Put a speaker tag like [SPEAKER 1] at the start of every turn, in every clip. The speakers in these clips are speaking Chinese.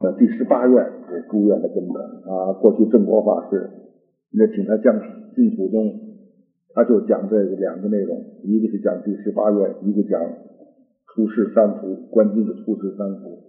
[SPEAKER 1] 第18愿是诸愿的根本啊。过去正国法师，那请他讲净土宗，他就讲这个两个内容，一个是讲第18愿，一个讲出世三福，观经的出世三福。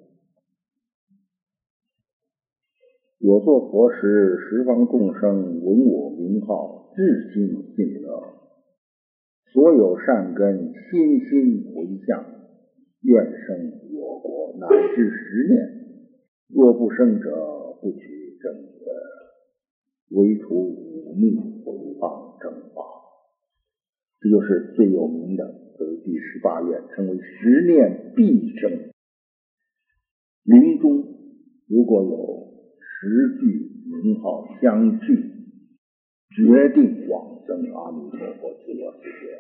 [SPEAKER 1] 我作佛时，十方众生闻我名号，至心信乐，所有善根心心回向，愿生我国乃至10年。若不生者，不取正觉，唯除忤逆毁谤正法。这就是最有名的第18愿，称为10念必生。临终如果有10句名号相续，决定往生阿弥陀佛极乐世界，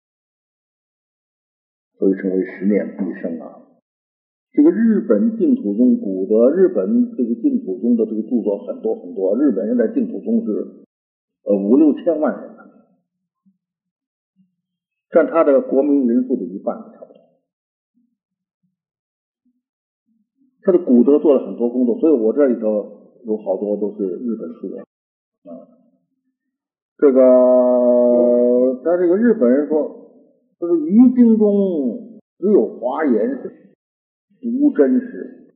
[SPEAKER 1] 所以称为10念必生啊。这个日本净土宗古的日本这个净土宗的这个著作很多很多，日本现在净土宗是5、6千万人呢，占他的国民人数的1半差不多。他的古德做了很多工作，所以我这里头有好多都是日本书啊。这个他这个日本人说，这个于经中只有华严是独真实，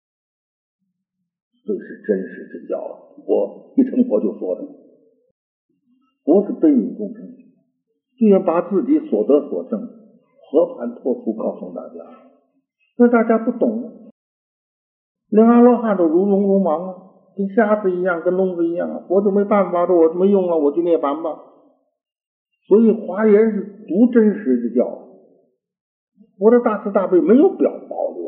[SPEAKER 1] 这是真实之教。我一成佛就说的，佛是悲悯众生，居然把自己所得所证和盘托出告诉大家，那大家不懂，连阿罗汉都如聋如盲啊，跟瞎子一样，跟聋子一样啊，我就没办法说，我没用了，我去涅槃吧。所以华严是独真实之教，我的大慈大悲没有表保留，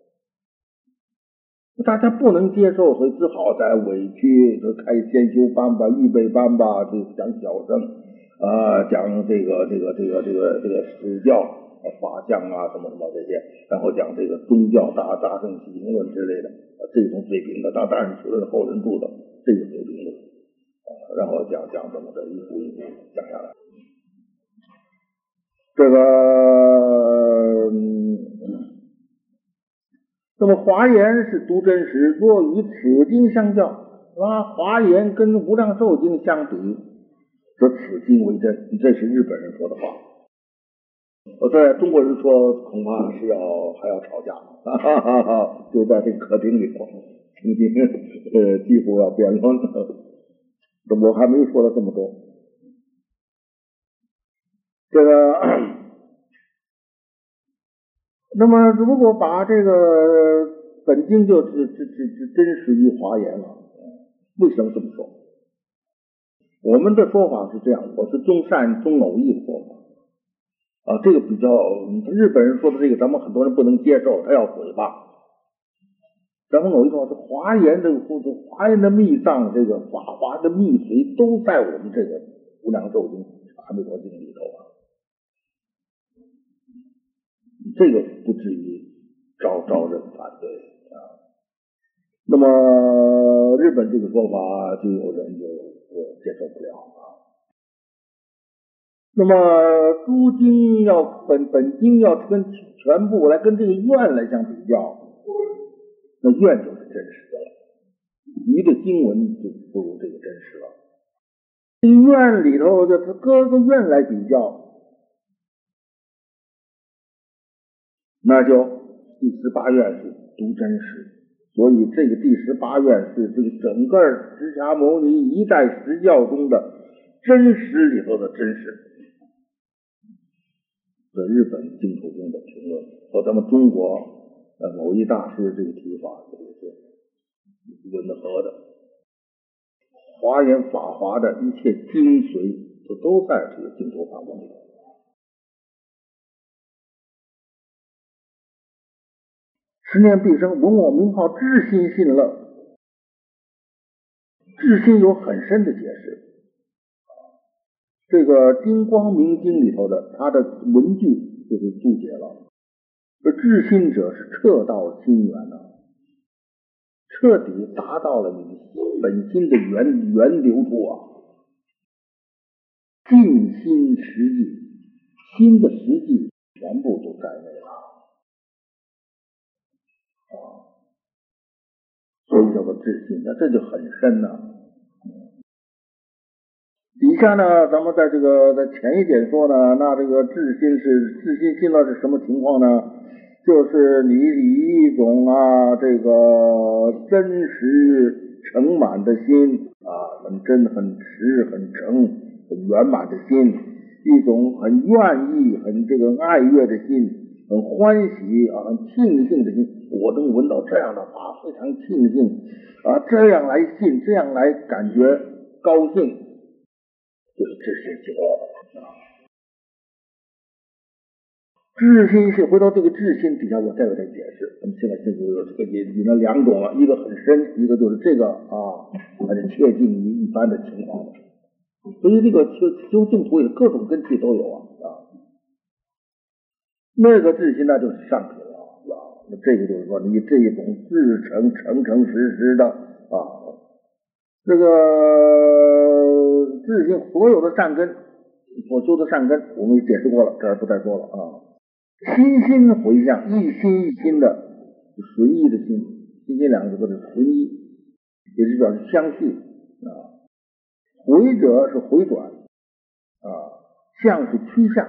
[SPEAKER 1] 大家不能接受，所以只好在委屈开先修班吧、预备班吧，就讲小乘讲这个史教法相啊什么什么这些，然后讲这个宗教大乘起行论之类的这种水平的，当然是后人著的这个水平的然后讲怎么的一步一步讲下来。这个那么华严是独真实，若与此经相较，拿华严跟无量寿经相比，则此经为真。这是日本人说的话。我在中国人说恐怕是还要吵架，就在这个客厅里头曾经几乎要辩论。我还没有说了这么多。这个那么如果把这个本经就真实于华严了，为什么这么说？我们的说法是这样，我是中善中偶义的说法这个比较日本人说的这个咱们很多人不能接受，他要毁谤。咱们偶义说是华严的密藏，这个法华的密髓都在我们这个无量寿经阿弥陀经里头这个不至于招人反对那么日本这个说法就有人就接受不了那么诸经本经要跟全部来跟这个愿来相比较，那愿就是真实的了，一个经文就不如这个真实了。这个愿里头的它各个愿来比较，那就第18愿是独真实，所以这个第18愿是这个整个释迦牟尼一代实教中的真实里头的真实。这日本净土宗的评论和咱们中国某一大师这个提法这个是吻合的。华严法华的一切精髓都在这个净土法门里头。10念必生，闻我名号，至心信乐。至心有很深的解释。这个金光明经里头的它的文句就是注解了。这至心者是彻到心源彻底达到了你本心的源流处尽心实际，心的实际全部都在内了所以叫做自信，那这就很深了。底下呢，咱们在前一点说呢，那这个自信心了是什么情况呢？就是你以一种这个真实诚满的心很真很实很诚很圆满的心，一种很愿意很爱悦的心，很欢喜很庆幸的心。我能闻到这样的话，非常庆幸这样来信，这样来感觉高兴，就是自信心自信是回到这个自信底下，我再给他解释。我们现在引了两种了，一个很深，一个就是这个还是切近于一般的情况。所以这个修净土也各种根器都有那个自信那就是上品了那这个就是说你这一种自诚诚实的这个自信所有的善根所修的善根我们也解释过了，这儿不再说了心回向，一心一心的随意的心，心心两个字是随意，也是表示相续回者是回转向是趋向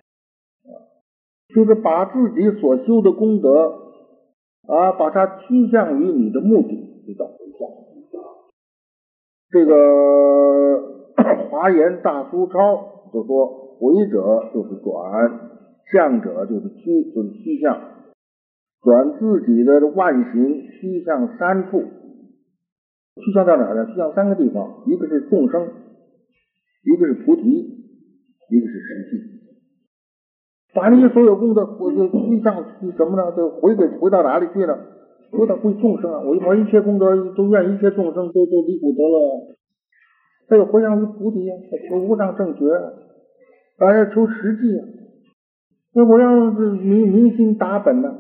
[SPEAKER 1] 就是把自己所修的功德把它趋向于你的目的，就叫回向这个华严大苏抄就说回者就是转，向者就是趋向，转自己的万行趋向三处，趋向到哪儿呢？趋向三个地方，一个是众生，一个是菩提，一个是实际。把你所有功德趋向去什么呢？就回到哪里去呢？回众生我一切功德都愿一切众生都离苦得乐，他又回向于菩提求无上正觉要求实际那我要是明心达本呢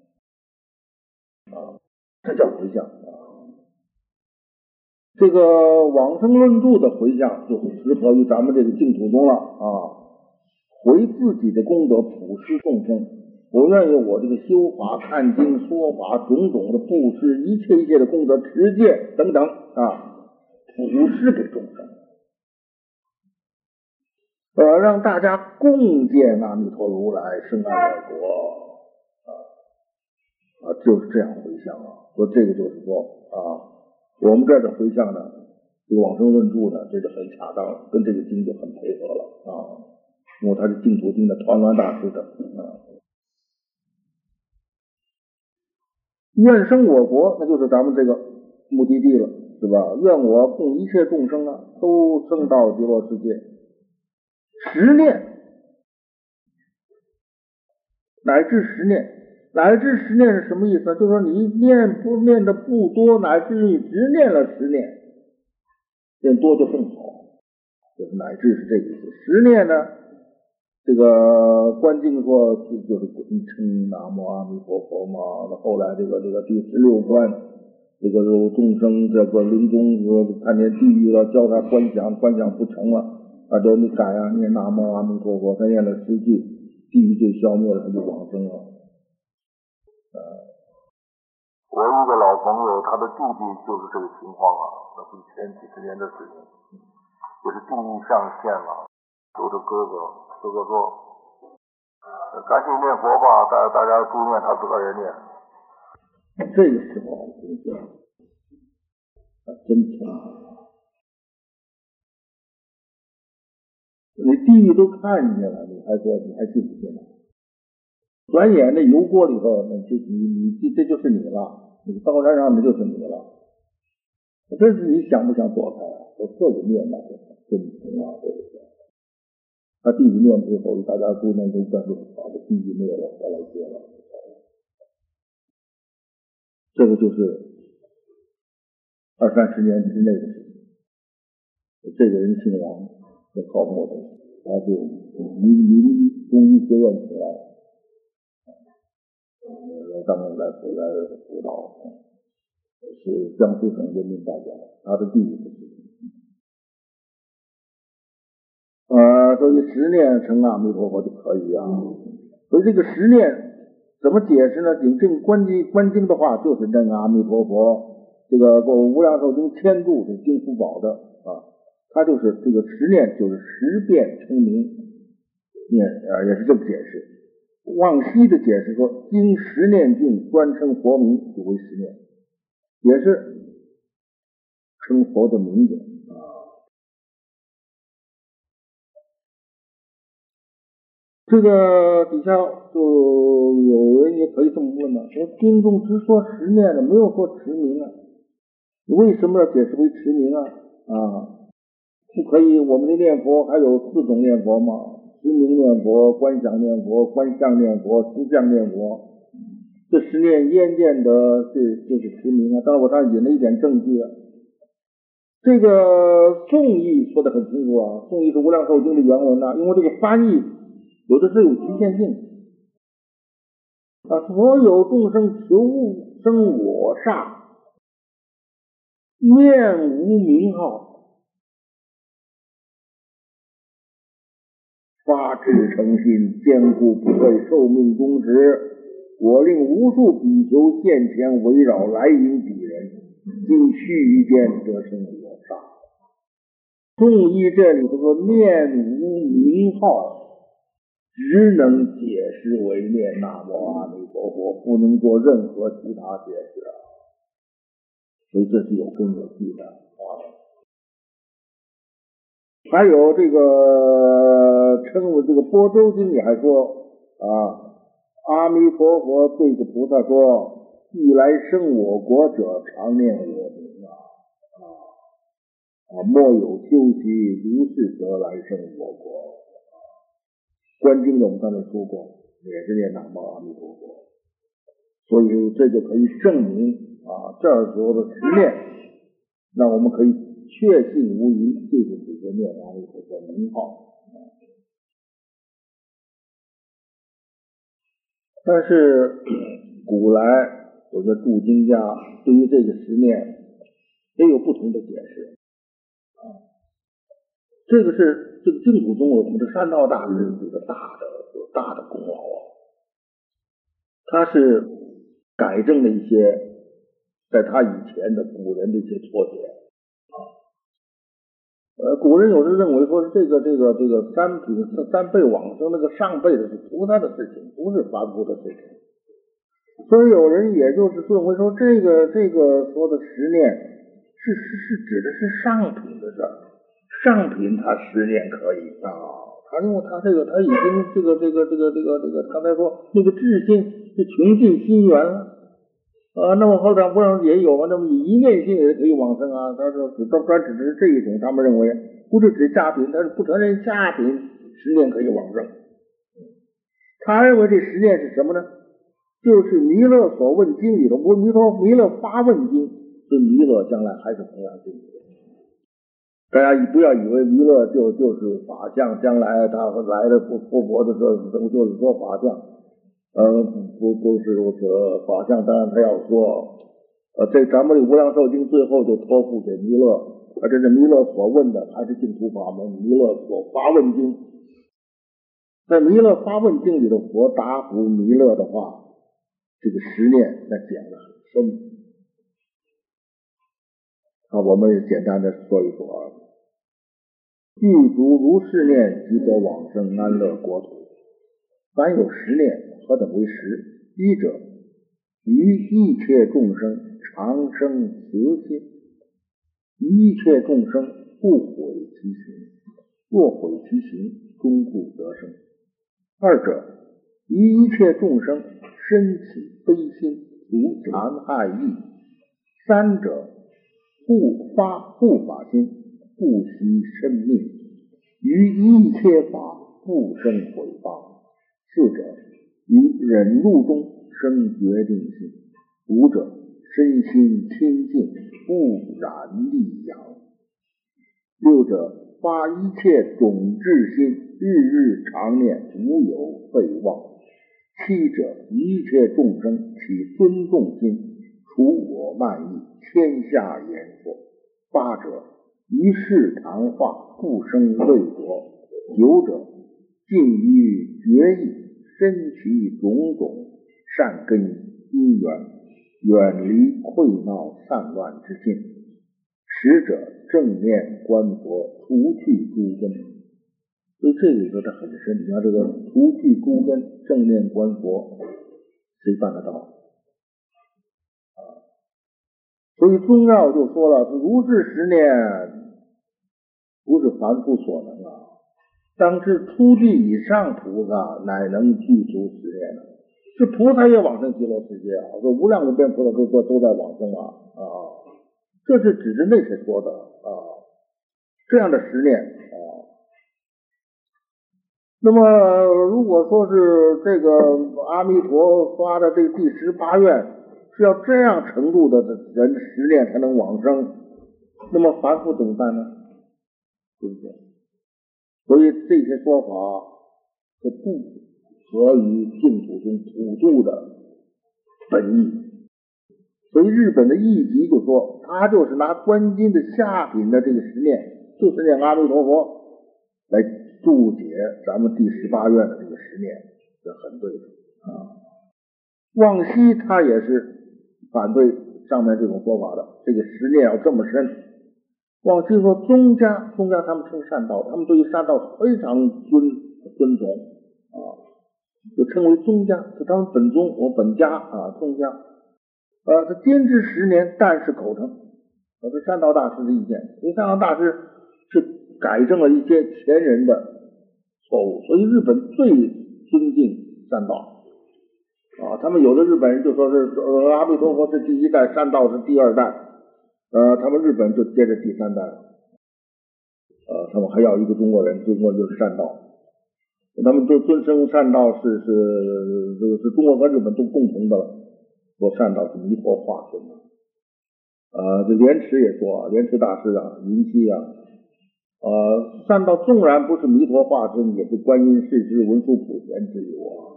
[SPEAKER 1] 这叫回向这个往生论著的回向就适合于咱们这个净土宗了回自己的功德普施众生，我愿意我这个修法看经说法种种的布施一切的功德持戒等等普施给众生让大家共见阿弥陀如来生阿弥国就是这样回向说这个就是说我们这儿的回向呢这个往生论著呢这就很恰当，跟这个经就很配合了因为它是净土经的团栾大师的愿生我国，那就是咱们这个目的地了，是吧？愿我供一切众生都生到极乐世界。十念乃至十念，乃至十念是什么意思呢？就是说你念不念的不多，乃至你只念了10念，念多就更好，就是乃至是这个意思。十念呢，这个观经说就是称南无阿弥陀佛嘛。那后来这个第16关，这个有众生这个临终看见地狱了，教他观想不成了，就你改念南无阿弥陀佛，他念了10句，地狱就消灭了，他就往生了。
[SPEAKER 2] 我一个老朋友，他的弟弟就是这个情况那是前几十年的事情，就是地狱上线了，有的哥哥说赶紧念佛吧，大家都念，他自个儿也念。
[SPEAKER 1] 这个时候真诚你地狱都看见了，你还信不信了？转眼那油锅里头，这就是你了，你刀山上那就是你了。这是你想不想躲开我特别念那个真诚对不对？他地狱念之后，大家都能够算是把这地狱灭了，再来接了。这个就是20-30年之内的事情。这个人姓王，是靠谱的，他就离中医学院出来当来辅导，是江苏省人民代表，他的弟弟的事情。所以10念称阿弥陀佛就可以所以这个10念怎么解释呢？引证观经的话，就是认阿弥陀佛这个无量寿经签注是金福宝的啊，他就是这个十念就是十遍称名念也是这么解释。望西的解释说，经十念境专称佛名就为十念，也是称佛的名字啊。这个底下就有人也可以这么问了，说经中只说十念的，没有说持名啊，你为什么要解释为持名啊？不可以，我们的念佛还有4种念佛吗？持名念佛、观想念佛、观相念佛、思相念佛，这十念焉见的就是持名啊？当然我上引了一点证据啊。这个宋译说的很清楚啊，宋译是无量寿经的原文啊，因为这个翻译有的是有局限性啊。所有众生求生我刹，愿无名号，发至诚心，坚固不会，寿命终止。我令无数比丘现前围绕来迎彼人，经须臾间得生我刹。宋译这里头说念无名号，只能解释为念南无阿弥陀佛，不能做任何其他解释啊。所以这是有根有据的啊。还有这个称为这个般舟经里还说啊，阿弥陀佛对着菩萨说，欲来生我国者，常念我名莫有休息，如是则来生我国。观经的我们刚才说过，也是念南无阿弥陀佛，所以这就可以证明这儿时候的十念，那我们可以确信无疑，就是指着念阿弥陀佛名号。但是古来有些注经家对于这个十念也有不同的解释这个是这个净土宗我们的山道大师是个大的功劳他是改正了一些在他以前的古人的一些错解古人有时认为说这个三辈往生那个上辈的是菩萨的事情，不是凡夫的事情，所以有人也就是认为说这个说的十念是指的是上品的事儿，上品他十念可以他因为他这个他已经这个刚才说那个至心是穷尽心源了那么后来不然也有那么一念心也可以往生他说专指的是这一种，他们认为不是指下品，他是不承认下品十念可以往生。他认为这十念是什么呢？就是弥勒所问经里的弥勒发问经，是弥勒将来还是弘扬净土。大家不要以为弥勒就是法相，将来他来了复活的时候就是说法相。不是如此，法相当然他要说，这咱们的无量寿经最后就托付给弥勒，这是弥勒所问的，还是净土法门，弥勒所发问经。在弥勒发问经里的佛答复弥勒的话，这个十念那讲得很深我们也简单的说一说具足如是念，即得往生安乐国土。凡有十念，何等为十？一者，于一切众生常生慈心，于一切众生不毁其行，若毁其行，终不得生。二者，于一切众生深起悲心，除残害意。三者，不发护法心，不惜生命，于一切法不生毁谤。四者，于忍辱中生决定心。五者，身心清净，不染利养。六者，发一切种智心，日日常念，无有废忘。七者，一切众生起尊重心，除我慢意，天下言说。八者，于世谈话，不生畏夺。九者，尽于决意，身其种种善根因缘， 远离溃闹散乱之心，使者正念观佛，除去诸根。所以这里头它很深，你看这个除去诸根，正念观佛，谁办得到？所以宗要就说了，如是十念，不是凡夫所能啊。当知初地以上菩萨，乃能具足十念的。是菩萨也往生极乐世界啊，说无量无边菩萨都在往生啊，这是指着那些说的啊，这样的十念啊。那么如果说是这个阿弥陀发的这个第18愿是要这样程度的人十念才能往生，那么凡夫怎么办呢？对不对？所以这些说法是不合于净土中普度的本意。所以日本的义集就说，他就是拿观经的下品的这个十念，就是念阿弥陀佛来注解咱们第18愿的这个十念，这很对的啊。望西他也是反对上面这种说法的，这个十念要这么深。望西说宗家他们称善道，他们对于善道非常尊崇啊，就称为宗家，是他们本宗，我本家啊，宗家。他坚持10年，但是口称。这善道大师的意见，因为善道大师是改正了一些前人的错误，所以日本最尊敬善道啊。他们有的日本人就说是阿弥陀佛是第1代，善道是第2代，他们日本就接着第3代了。他们还要一个中国人就是善道，他们都尊称善道是中国和日本都共同的了。说善道是弥陀化身这莲池也说，莲池大师啊，云溪啊，善道纵然不是弥陀化身，也是观音世之文殊普贤之有啊。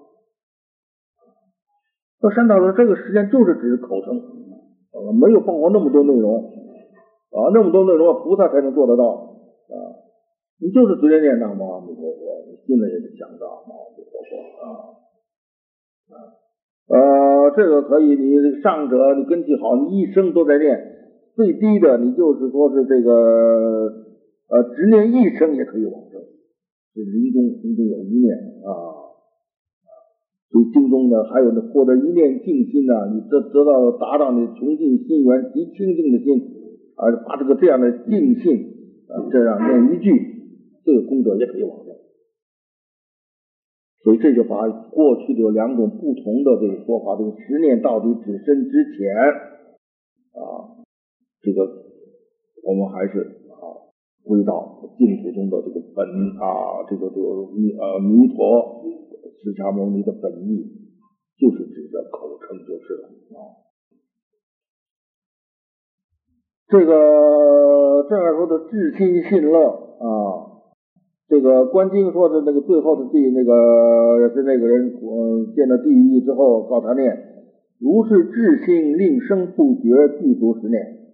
[SPEAKER 1] 说善道说这个时间就是只是口称，没有包括那么多内容那么多内容菩萨才能做得到你就是随便念南无阿弥陀佛，你心里也是想着阿弥陀佛这个可以，你上者你根气好，你一生都在念，最低的你就是说是这个只念一生也可以往生，是临终有一念所以经中呢还有获得一念净心你达到你穷尽心源极清净的心把这样的净信这样念一句，这个功德也可以往生。所以这就把过去的有2种不同的这个说法，这个10念到底指身之前这个我们还是归到净土中的这个本这个弥陀释迦牟尼的本意，就是指着口称就是了这个这样说的至心信乐这个观经说的那个最后的那个是那个人见了地狱之后告他念，如是至心令生不绝，具足10念。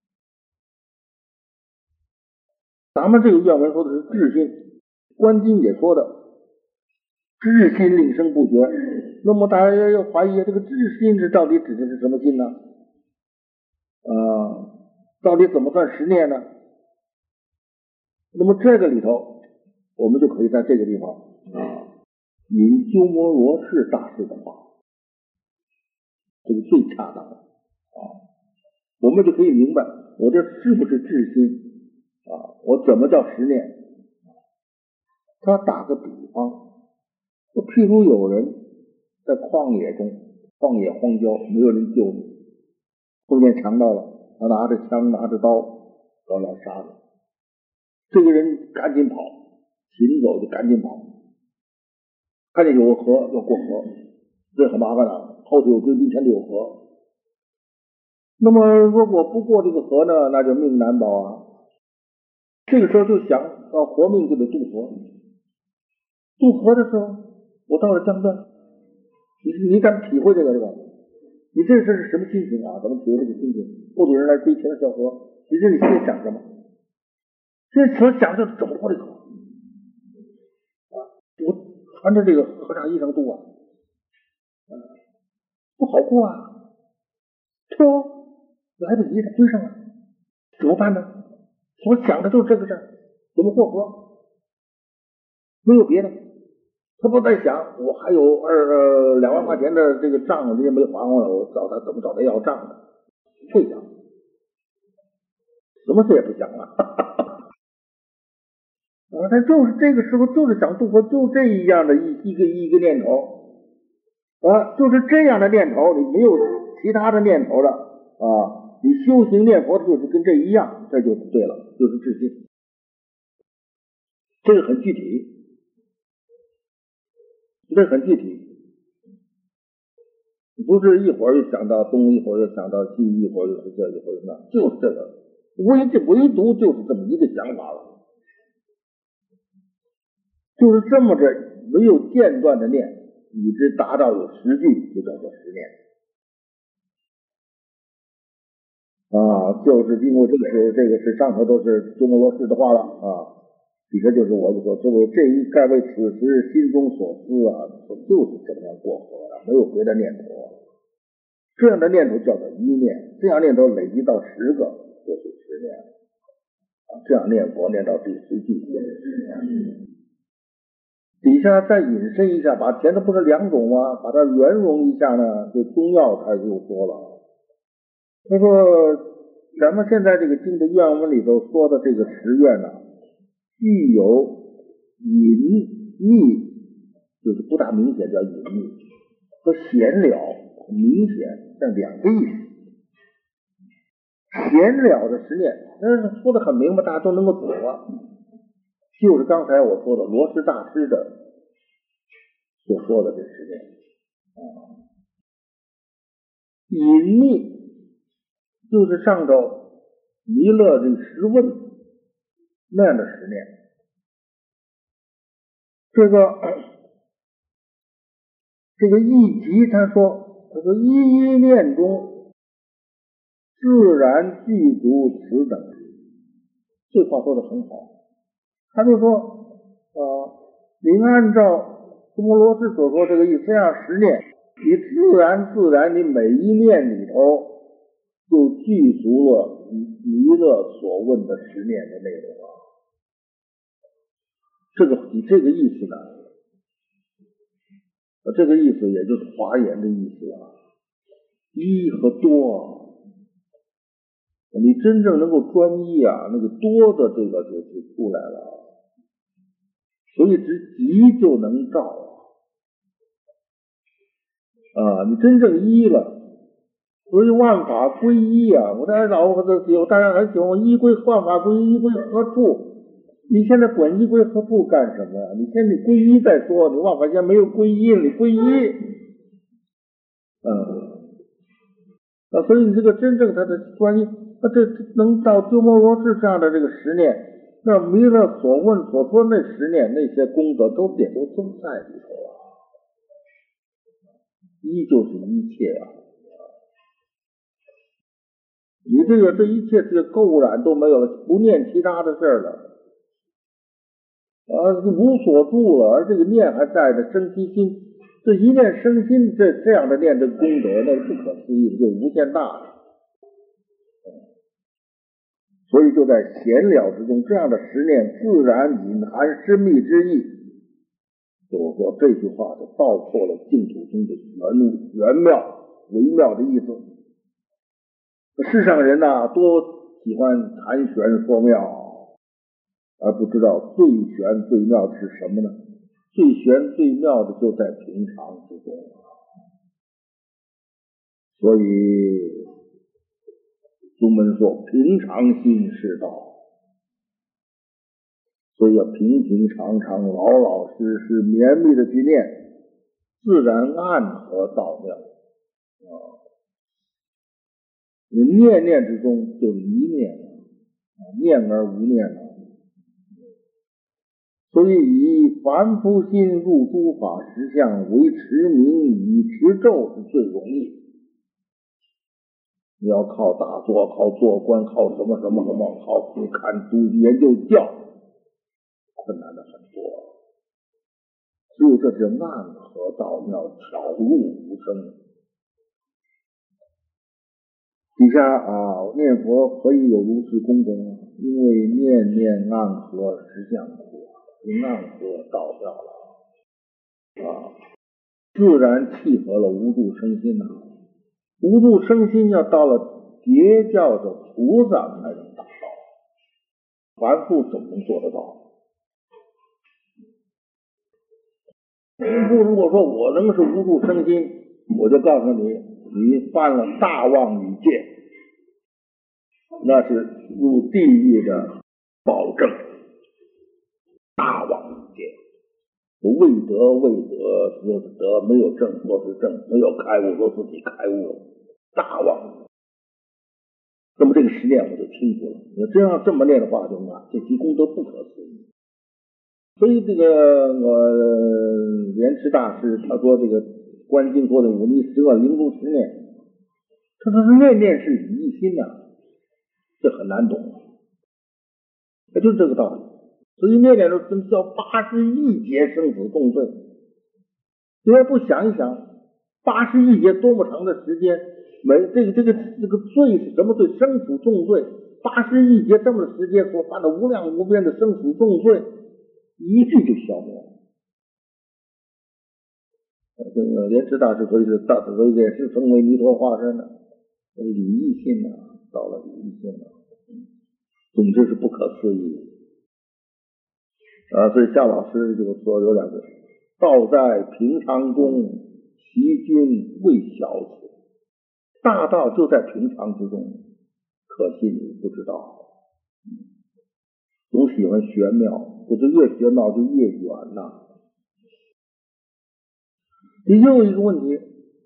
[SPEAKER 1] 咱们这个愿文说的是至心，观经也说的至心令生不绝。那么大家要怀疑这个至心是到底指的是什么心呢？到底怎么算10念呢？那么这个里头我们就可以在这个地方引鸠摩罗什大师的话，这个最恰当的我们就可以明白我这是不是至心我怎么叫10念。他打个比方，譬如有人在旷野中，荒郊，没有人救你，碰见强盗了，他拿着枪拿着刀要来杀你，这个人赶紧跑，行走就赶紧跑，看见有个河要过河，这很麻烦后头有追兵，前头有河。那么如果不过这个河呢，那就命难保这个时候就想要活命就得渡河。渡河的时候，我到了江边，你敢体会这个？你这是什么心情怎么体会这个心情？不有人来追前小河，你这里心里想什么？这所想就是怎么过这个河我穿着这个和尚衣裳渡不好过说来不及，他追上了，怎么办呢？我想的就是这个事儿，怎么过河？没有别的，他不在想我还有2万块钱的这个账，人家没还我了，我找他怎么找他要账的？不想，什么事也不想了。他就是这个时候就是想渡河，就这样的一个念头就是这样的念头，你没有其他的念头了你修行念佛就是跟这一样，这就对了，就是自信。这个很具体，这很具体，不是一会儿又想到东，一会儿又想到西，一会儿又是这，一会儿又那，就是这个，唯独就是这么一个想法了。就是这么着没有间断的念，以致达到有实际，就叫做实念就是因为这个是上头都是鸠摩罗什的话了底下就是我就说，这位该为此时心中所思就是怎么样过河没有别的念头这样的念头叫做一念，这样念头累积到10个就是10念这样念佛念到第10句就是10年。底下再引申一下，把前头不是2种吗？把它圆融一下呢，就中药他就说了，他说咱们现在这个经的愿文里头说的这个10愿具有隐秘，就是不大明显叫隐秘，和显了明显这2个意思。显了的10念，那说的很明白，大家都能够懂就是刚才我说的罗什大师的所说的这10念隐秘就是上头弥勒这10问那样的10念。这个一集他说一念中自然具足此等，这话说的很好。他就说你按照鸠摩罗什所说这个意思，这样10念，你自然你每一念里头就具足了弥勒所问的10念的内容以这个意思呢，这个意思也就是华严的意思一和多你真正能够专一那个多的这个就出来了，所以只一就能照你真正一了，所以万法归一我在有大家很喜欢一归万法归一归何处？你现在管一归何处干什么呀？你先得归一再说，你万法现在没有归一，你归一所以你这个真正他的专一，这能到鸠摩罗什这样的这个10念，那弥勒所问所说那10念那些功德都在里头一就是一切你这一切这个垢染都没有了，不念其他的事了无所住了，而这个念还在的，生其心，这一念生心，这样的念的功德，那是不可思议的，就无限大的。所以就在闲了之中，这样的10念自然隐含深密之意。就是说这句话就道破了净土中的玄妙微妙的意思。世上人多喜欢谈玄说妙，而不知道最玄最妙的是什么呢？最玄最妙的就在平常之中所以宗门说平常心是道，所以要平平常常老老实实绵密的去念，自然暗合道妙你念念之中就一念念而无念所以以凡夫心入诸法实相为持名与持咒是最容易。你要靠打坐，靠做官，靠什么，靠看读研究教，困难的很多。只有这是暗合道妙，巧入无声。 下啊，念佛何以有如此功德呢？因为念念暗合实相苦，因暗合道掉了啊，自然契合了无住生心呐。无住生心要到了别教的菩萨才能达到，凡夫怎么能做得到？如果说我能是无住生心，我就告诉你，你犯了大妄语戒，那是入地狱的保证。大妄语戒，未得说是得，没有正说是正，没有开悟说自己开悟了，大妄语。那么这个实践我就清楚了。你真要这么念的话，就这其功德不可思议。所以这个莲池大师他说，这个观经说的忤逆十恶灵中十念，他说是念念是以一心呐，这很难懂，也就是这个道理。所以念念都叫80亿劫生死重罪。你要不想一想，80亿劫多么长的时间，这个罪是什么罪？生死重罪。80亿劫这么的时间所犯的无量无边的生死重罪，一句就消灭了。这个莲池大师所以也是成为弥陀化身了，理义心呐，到了理义心了，总之是不可思议啊！所以夏老师就说有两个：道在平常中，其君未晓此。大道就在平常之中，可惜你不知道。总喜欢玄妙，这就越玄妙就越远呐。又一个问题，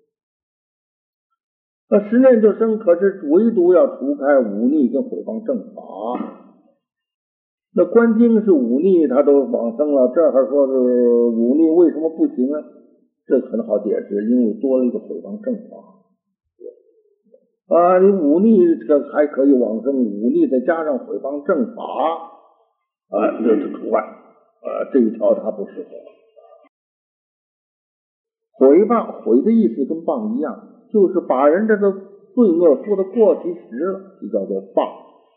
[SPEAKER 1] 十念就生，可是唯独要除开忤逆跟毁谤正法。那观经是忤逆，他都往生了，这还说是忤逆为什么不行呢？这很好解释，因为多了一个毁谤正法。你忤逆这个还可以往生，忤逆再加上毁谤正法，这是除外，这一条它不适合。毁的意思跟谤一样，就是把人这个罪恶说得过其实了，就叫做谤。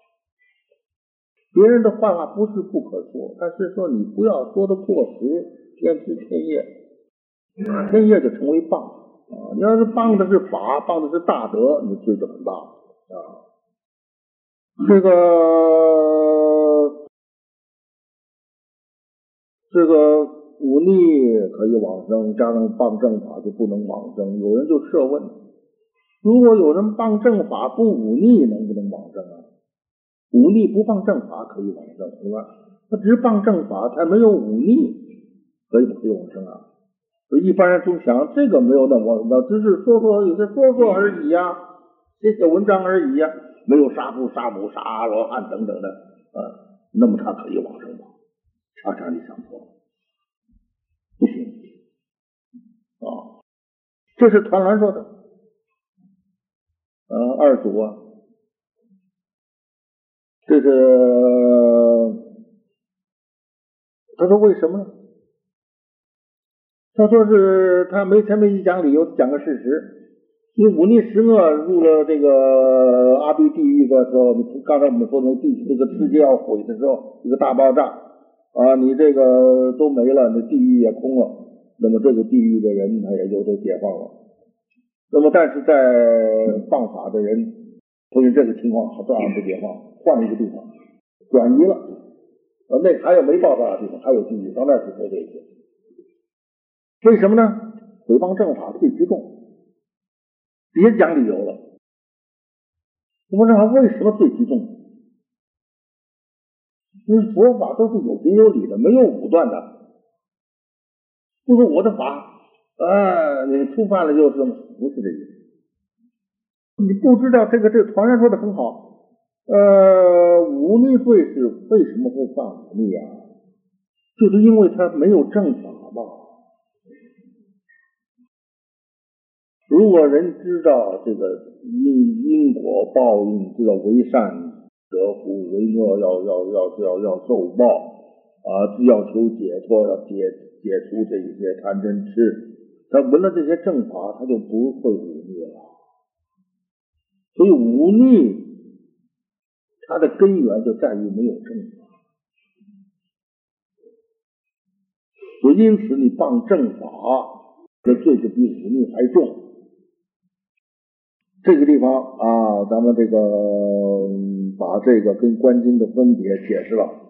[SPEAKER 1] 别人的坏话不是不可说，但是说你不要说得过时，偏枝偏叶，偏叶就成为谤。你要是谤的是法，谤的是大德，你罪就很大啊。这个忤逆可以往生，加上谤正法就不能往生。有人就设问，如果有人谤正法不忤逆，能不能往生啊？忤逆不谤正法可以往生，对吧？他只是谤正法，他没有忤逆，可以不可以往生啊？一般人总想这个没有那我只是说有些说而已呀，写文章而已呀，没有杀父杀母杀阿罗汉等等的那么他可以往生吗？常常你想错了，不行这是团栾说的二祖这是他说为什么呢？他说是他前面一讲理由，讲个事实。你忤逆十恶入了这个阿鼻地狱的时候，刚才我们说的这个世界要毁的时候，一个大爆炸你这个都没了，你地狱也空了，那么这个地狱的人他也就都解放了。那么但是在谤法的人，出现这个情况，照样不解放，换一个地方转移了。那还有没爆炸的地方，还有地狱，到那儿去说这些。为什么呢？毁谤正法最极重，别讲理由了。那么正法为什么最极重？因为佛法都是有情有理的，没有武断的。不是我的法你触犯了就是不是这意思。你不知道这个团员说的很好，忤逆罪是为什么会犯忤逆啊？就是因为他没有正法嘛。如果人知道这个因果报应，知道为善得福，为恶要受报要求解脱，要解除这一些贪嗔痴，他闻了这些正法，他就不会忤逆了。 所以忤逆它的根源就在于没有正法，所以因此你谤正法的罪就比忤逆还重。这个地方啊，咱们这个把这个跟观经的分别解释了，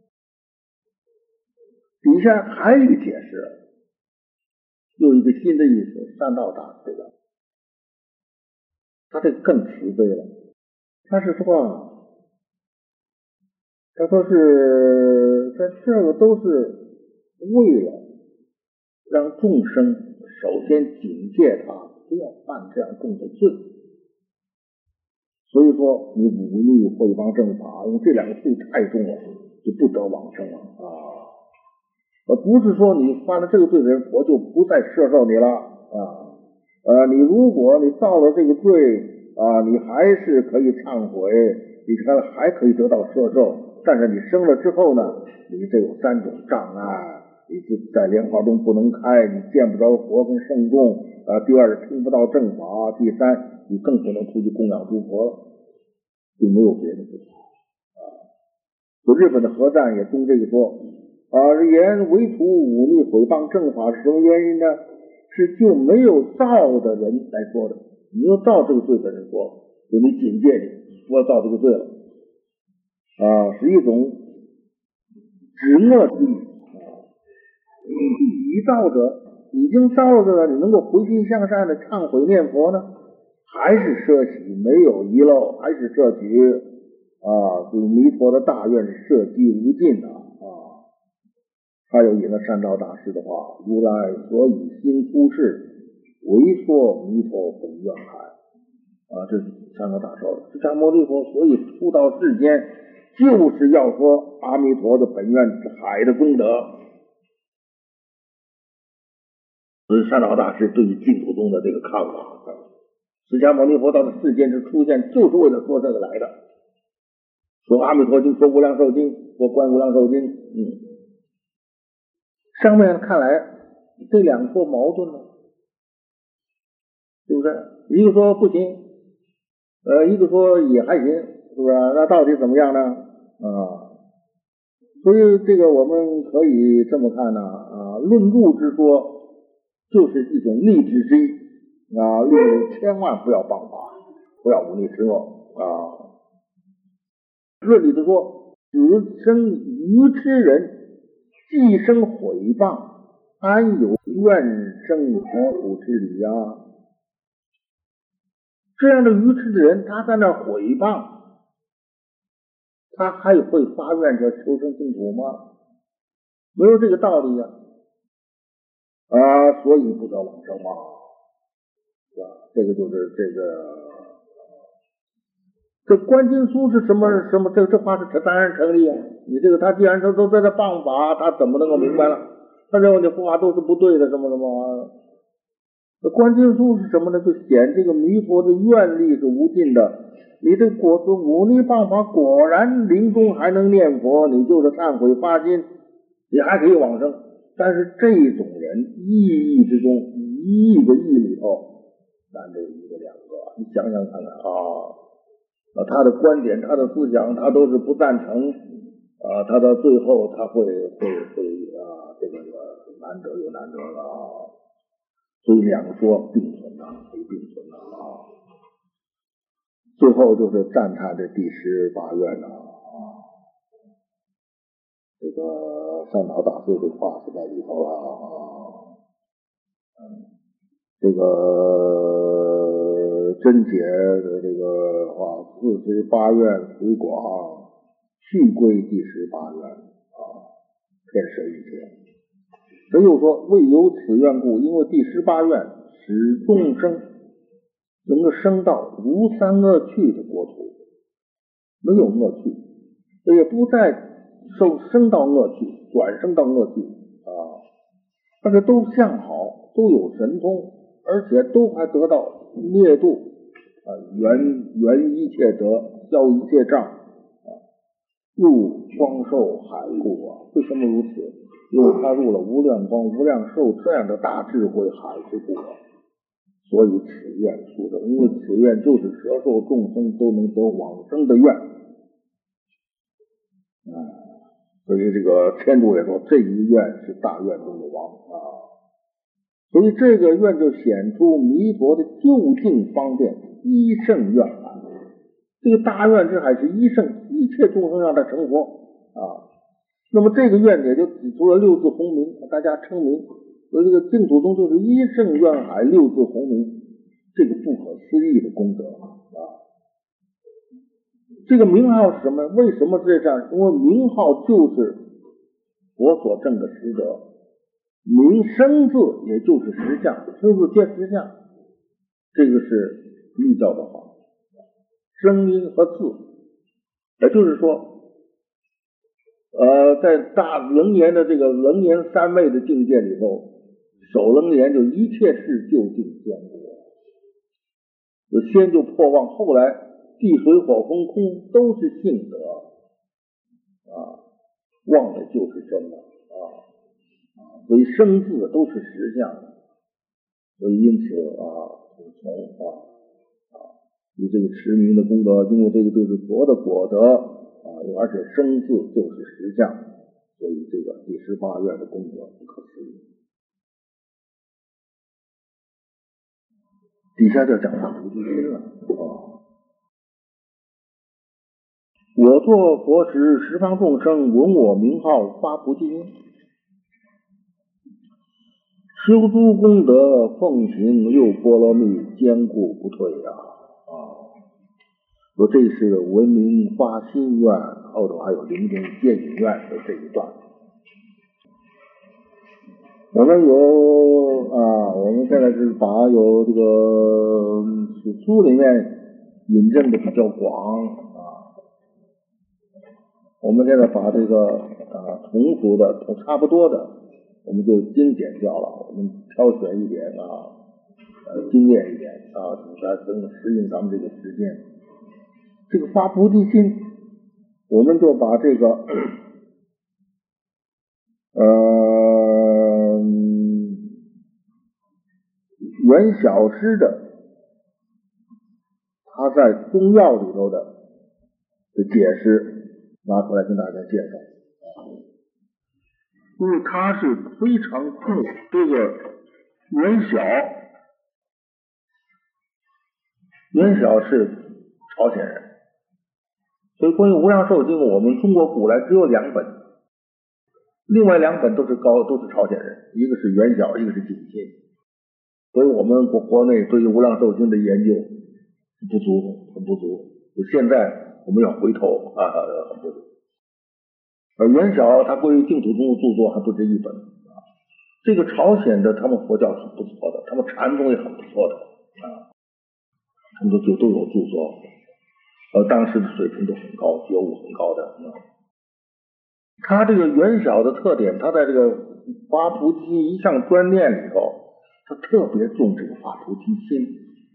[SPEAKER 1] 底下还有一个解释，又一个新的意思，善道大师的，他这个更慈悲了。他是说，他说是这个都是为了让众生首先警戒他不要犯这样重的罪。所以说你忤逆毁谤正法，因为这两个罪太重了，就不得往生了啊。不是说你犯了这个罪的人，我就不再摄受你了啊。你如果你造了这个罪啊，你还是可以忏悔，你还可以得到摄受，但是你生了之后呢，你这有3种障碍，你就在莲花中不能开，你见不着佛跟圣众第2听不到正法，第3你更不能出去供养诸佛了，就没有别的事啊。就日本的和赞也中这个说言唯除忤逆毁谤正法是什么原因呢？是就没有造的人来说的，没有造这个罪的人说，就你警戒你不要造这个罪了是一种止恶之意已造者，已经造的你能够回心向善的忏悔念佛呢，还是摄取没有遗漏，还是摄取就是弥陀的大愿是摄积无尽的还有引了善道大师的话，如来所以兴出世，为说弥陀本愿海这是善道大师说的。释迦牟尼佛所以出到世间，就是要说阿弥陀的本愿海的功德。所以善道大师对于净土宗的这个看法，释迦牟尼佛到了世间之出现，就是为了说这个来的。说阿弥陀经，说无量寿经，说观无量寿经上面看来这两说矛盾了，是不是？一个说不行一个说也还行，是不是？那到底怎么样呢所以这个我们可以这么看呢论入之说就是一种励志之意令人千万不要谤法，不要忤逆之恶论里头说，子生愚痴人，既生毁谤，安有愿生国土之理这样的愚痴的人，他在那毁谤，他还会发愿者求生净土吗？没有这个道理所以不得往生嘛这个就是这观经书是什么这话是当然成立你这个他既然都在这谤法，他怎么能够明白了？他认为你佛法都是不对的，什么这观经书是什么呢？就显这个弥陀的愿力是无尽的，你这忤逆谤法，果然临终还能念佛，你就是忏悔发心，你还可以往生。但是这种人一亿之中1亿个亿里头难得1个2个，你想想看看他的观点，他的思想，他都是不赞成他到最后他会这个难得有难得了所以两说并存可以并存最后就是赞叹这第18愿这个善导大师的话是在里头了这个真解的这个话48愿随广续归第18愿天舍一切。这又说为有此愿故，因为第18愿使众生能够升到无三恶趣的国土，没有恶趣，也不再升到恶趣，转升到恶趣而且都相好，都有神通，而且都还得到灭度圆一切德，消一切障入光寿海故为什么如此？因为他入了无量光无量寿这样的大智慧海之故所以此愿殊胜，因为此愿就是舍受众生都能得往生的愿。所以这个天主也说，这一愿是大愿中的王啊。所以这个愿就显出弥陀的究竟方便一圣愿啊。这个大愿之海是一圣，一切众生让他成佛啊。那么这个愿也就指出了六字洪名，大家称名。所以这个净土宗就是一圣愿海，六字洪名，这个不可思议的功德啊。这个名号是什么？为什么是这样？因为名号就是佛所证的实德，名生字也就是实相，生字皆实相，这个是密教的话。声音和字，也就是说，在大楞严的这个楞严三昧的境界里头，首楞严就一切事究竟坚固，先就破妄，后来地水火风空都是性德啊，妄的就是真的啊，所以生字都是实相，所以因此从以这个持名的功德，因为这个就是佛的果德啊，而且生字就是实相，所以这个第18愿的功德不可思议。底下就讲到菩提心了啊。我作佛时，十方众生闻我名号，发菩提心，修诸功德，奉行六波罗蜜，坚固不退说这是闻名发心愿，后头还有临终接引愿的这一段。我们现在是把有这个书里面引证的比较广啊，我们现在把这个同属的差不多的，我们就精简掉了，我们挑选一点精炼一点来更适应咱们这个时间。这个发菩提心，我们就把这个袁小师的他在中药里头的解释拿出来跟大家介绍因为他是非常重这个袁小是朝鲜人，所以关于无量寿经我们中国古来只有2本，另外2本都是朝鲜人，一个是袁小，一个是景信，所以我们国内对于无量寿经的研究很不足，现在我们要回头很不足。而袁小他关于净土宗的著作还不止1本这个朝鲜的他们佛教很不错的，他们禅宗也很不错的他们都有著作当时的水平都很高，觉悟很高的他这个袁小的特点，他在这个发菩提心一项专念里头，他特别重这个发菩提心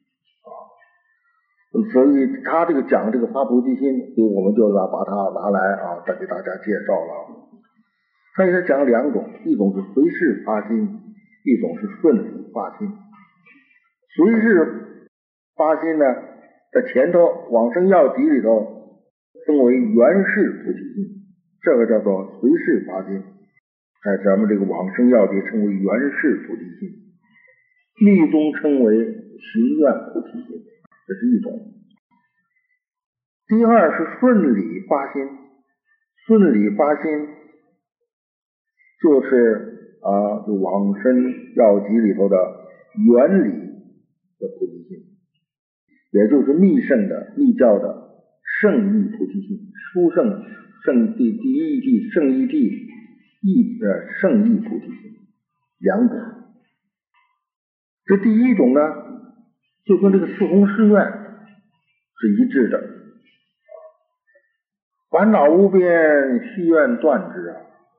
[SPEAKER 1] 所以他这个讲这个发菩提心，所以我们就把它拿来再给大家介绍了。他也讲2种，一种是随事发心，一种是顺理发心。随事发心呢，在前头往生要集里头称为原始菩提心，这个叫做随事发心，在咱们这个往生要集称为原始菩提心，密宗称为行愿菩提心，这是一种。第二是顺理发心，顺理发心就是就往生要集里头的原理的菩提心，也就是密教的圣义菩提心，殊胜圣第一谛圣义谛圣义菩提心2种。这第一种呢，就跟这个四弘誓愿是一致的，烦恼无边，誓愿断之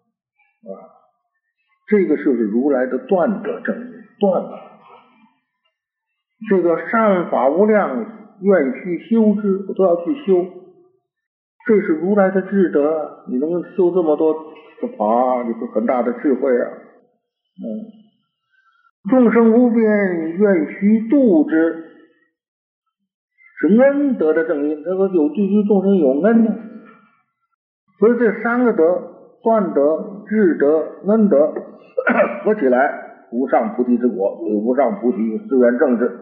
[SPEAKER 1] 这个就是如来的断者正义，断了这个善法无量，愿去修之，我都要去修，这是如来的智德，你能修这么多的法，你是很大的智慧众生无边，愿须度之，是恩德的正因。他说有对于众生有恩呢，所以这三个德，断德、智德、恩德合起来，无上菩提之果，为无上菩提誓愿正智。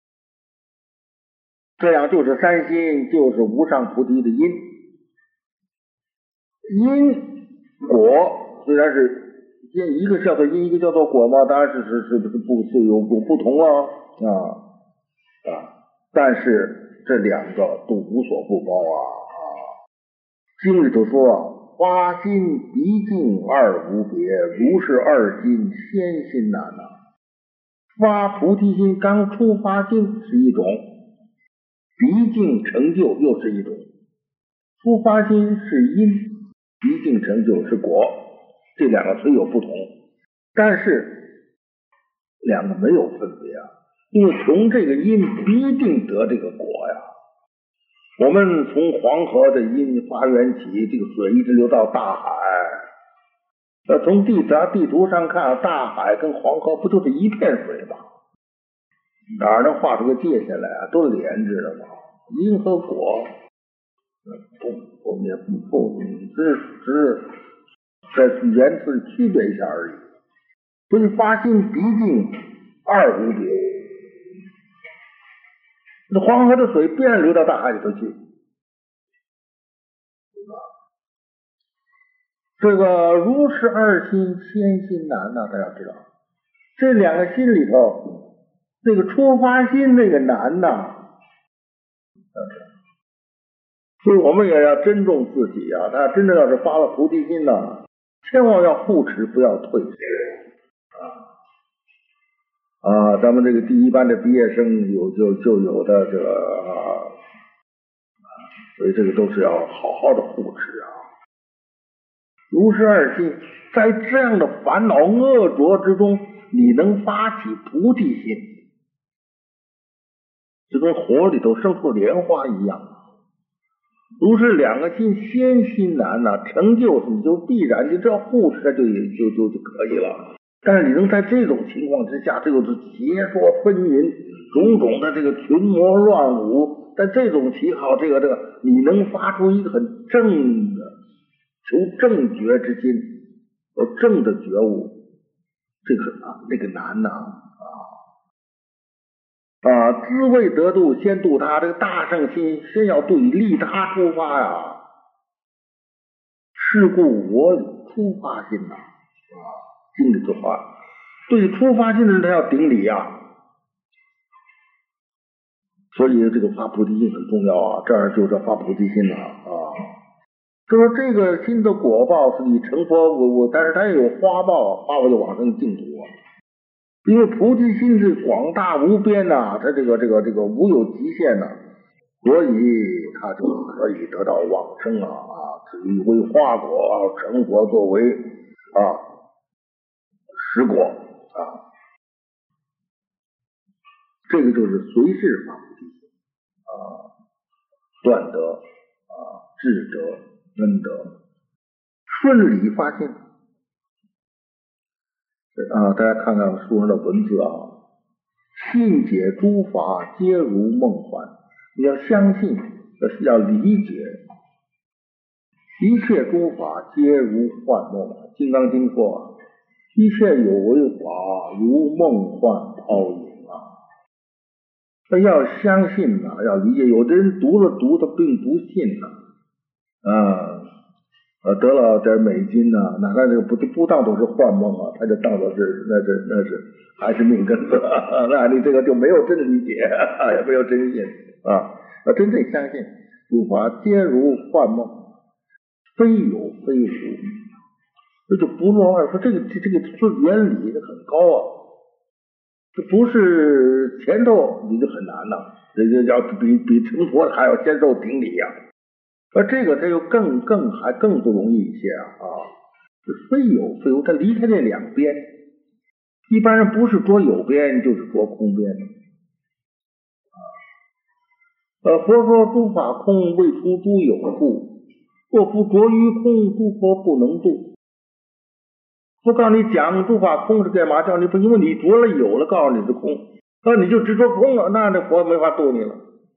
[SPEAKER 1] 这样就是三心，就是无上菩提的因。因果虽然是一个叫做因，一个叫做果嘛，当然是有不同但是这两个都无所不包经里头说发心毕竟二无别，如是二心先心难发菩提心刚出发心是一种，毕竟成就又是一种。出发心是因，毕竟成就是果，这两个虽有不同，但是两个没有分别因为从这个因必定得这个果我们从黄河的因发源起，这个水一直流到大海，从地图上看，大海跟黄河不就是一片水吗？哪能画出个界限来都连着的嘛。因和果只是在言辞区别一下而已。所以发心毕竟二无别，那黄河的水必然流到大海里头去。这个如是二心先心难大家要知道，这两个心里头，这个出发心那个难所以我们也要珍重自己他真正要是发了菩提心千万要护持，不要退咱们这个第一班的毕业生就有的这个所以这个都是要好好的护持如是二心，在这样的烦恼恶浊之中，你能发起菩提心，就跟火里头生出莲花一样。如是两个心先心难成就你就必然你只要护持就可以了。但是你能在这种情况之下，这就是邪说纷纭，种种的这个群魔乱舞，在这种旗号你能发出一个很正的求正觉之心，有正的觉悟，这个难自为得度先度他，这个大圣心先要对利他出发是故我以出发心经里头对出发心的人他要顶礼所以这个发菩提心很重要这儿就是发菩提心就说这个心的果报是你成佛，但是它也有花报，花报就往生净土因为菩提心是广大无边它这个无有极限所以它就可以得到往生至于为花果成佛作为实果这个就是随事发菩提心断德智德恩德，顺理发心大家看看书上的文字信解诸法皆如梦幻，你要相信，要理解，一切诸法皆如幻梦。金刚经说一切有为法如梦幻泡影要相信要理解。有的人读他并不信得了点美金哪怕这个不当都是幻梦他就当作是那是还是命根子那你这个就没有真理解也没有真信真正相信诸法皆如幻梦，非有非无，这就不落二说这个原理很高这不是前头你就很难这就要比成佛还要先受顶礼这个它就更不容易一些非有非无，它离开这两边。一般人不是着有边就是着空边佛说诸法空，未出诸有故，若复着于空，诸佛不能度。 不告诉你讲诸法空是干嘛？叫你不，因为你着了有了，告诉你是空，那你就执着空了，那这佛没法度你了。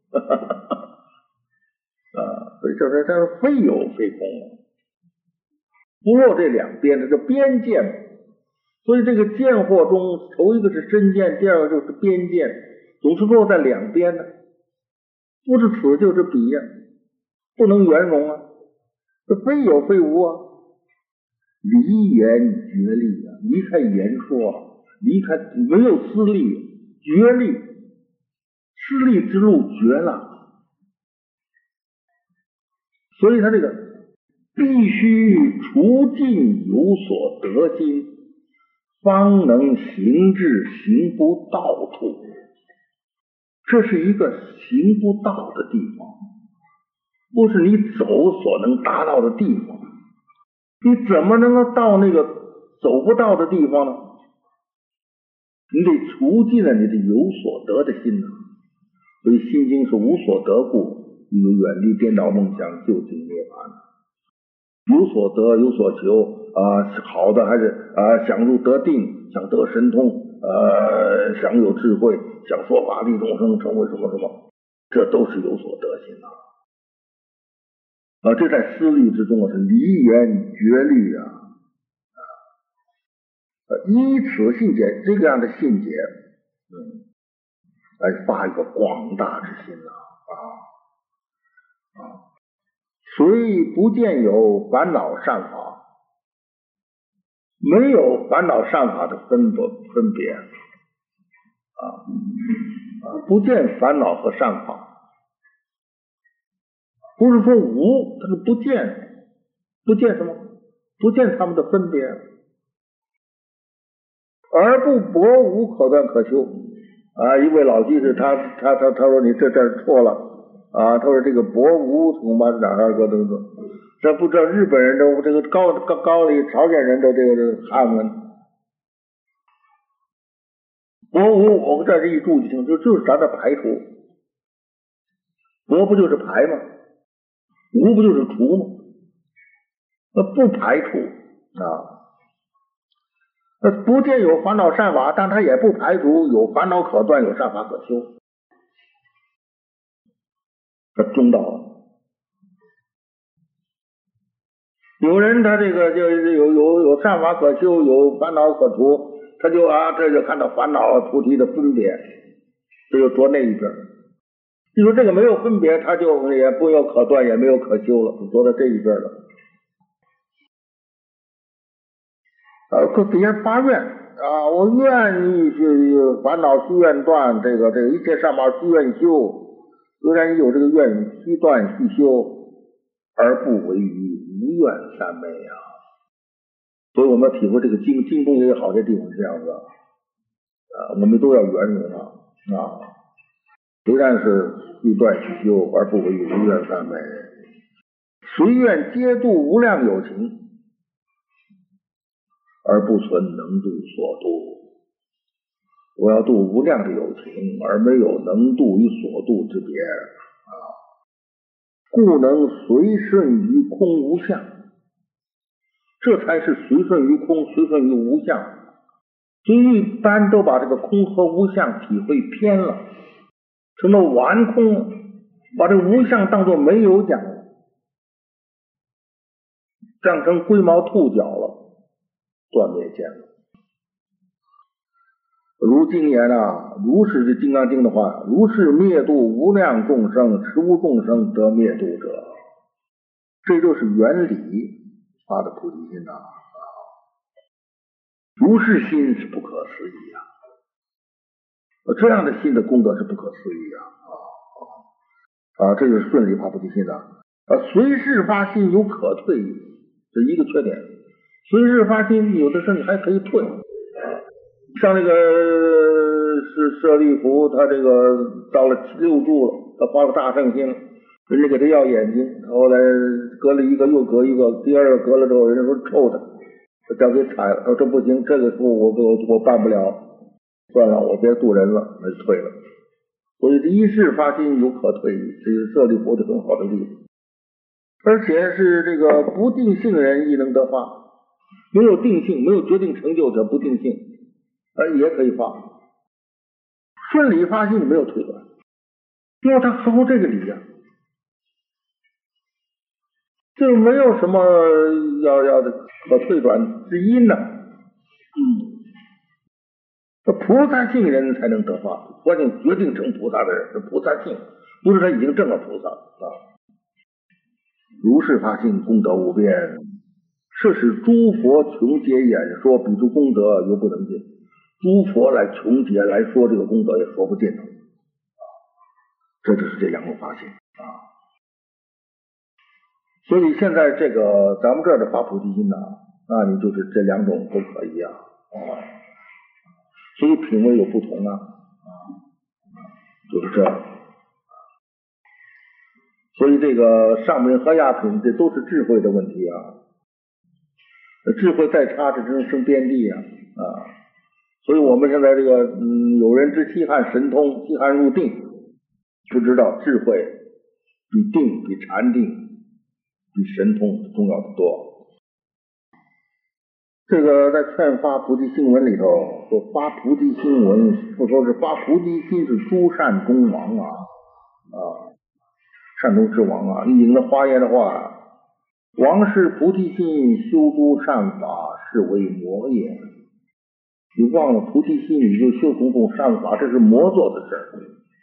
[SPEAKER 1] 所以就是它是非有非空，不落这两边，这叫边见。所以这个见惑中，头一个是身见，第二个就是边见，总是落在两边的，不是此就是彼呀，不能圆融啊，这非有非无啊。离言绝力啊，离开言说，离开没有私利，绝力，私利之路绝了。所以他这个必须除尽有所得心，方能行至行不到处。这是一个行不到的地方，不是你走所能达到的地方。你怎么能够到那个走不到的地方呢？你得除尽了你的有所得的心呢。所以心经是无所得故，有远离颠倒梦想，就近涅槃。有所得，有所求好的还是想入得定，想得神通，想有智慧，想说法利众生，成为什么什么，这都是有所得心这在思虑之中是离言绝虑依此信解，这个样的信解来发一个广大之心虽不见有烦恼善法，没有烦恼善法的分别不见烦恼和善法，不是说无，它是不见什么？不见他们的分别，而不博无可断可修一位老居士他说你这错了他说这个博无恐怕是哪儿个这不知道日本人都这个高丽朝鲜人都这个汉文博无，我这一注就行，就是咱的排除，博不就是排吗？无不就是除吗？那不排除不见有烦恼善法，但他也不排除有烦恼可断，有善法可修，这中道了。有人他这个就有善法可修，有烦恼可除，他就这就看到烦恼菩提的分别，这就着那一边。你说这个没有分别，他就也不有可断，也没有可修了，就着在这一边了。给人发愿我愿意去烦恼须愿断，这个一切善法须愿修，虽然有这个愿须断须修，而不为于无愿三昧所以我们体会这个经中也有好些地方是这样子我们都要圆融虽然是须断须修，而不为于无愿三昧，随愿皆度无量有情，而不存能度所度。我要度无量的有情，而没有能度与所度之别故能随顺于空无相，这才是随顺于空，随顺于无相。所以一般都把这个空和无相体会偏了，成了顽空了，把这个无相当作没有讲了，降成龟毛兔角了，断灭见了。如经言如是这金刚经的话，如是灭度无量众生，实无众生得灭度者。这就是原理发的菩提心如是心是不可思议这样的心的功德是不可思议这就是顺利发菩提心随事发心有可退，这一个缺点。随事发心有的时候你还可以退像那个是舍利弗，他这个到了6住了，他发了大圣心了，人家给他要眼睛，后来隔了一个又隔一个，第二个隔了之后，人家说臭他交给踩了，说这不行，这个我办不了，算了，我别渡人了，那就退了。所以这一事发心有可退，这是舍利弗的很好的例子。而且是这个不定性人亦能得化没有定性，没有决定成就者不定性，也可以发。顺理发心没有退转，因为它合乎这个理呀。这没有什么要可退转之因呢。这菩萨性人才能得法，关键决定成菩萨的人是菩萨性，不是他已经证了菩萨啊。如是发心，功德无边，是使诸佛穷劫演说，彼诸功德犹不能尽。诸佛来穷劫来说这个功德也说不尽了。这就是这两种发心啊。所以现在这个咱们这儿的发菩提心呢，那你就是这两种都可以啊。所以品位有不同啊，就是这样。所以这个上品和下品，这都是智慧的问题啊。智慧再差，这只能生边地啊。所以我们现在这个有人知西汉神通，西汉入定，不知道智慧比定、比禅定、比神通重要的多。这个在劝发菩提心文里头说，发菩提心文，不说是发菩提心是诸善中王啊，善中之王啊。你引了华严的话，王是菩提心修诸善法，是为魔也。你忘了菩提心，你就修种种善法，这是魔做的事儿。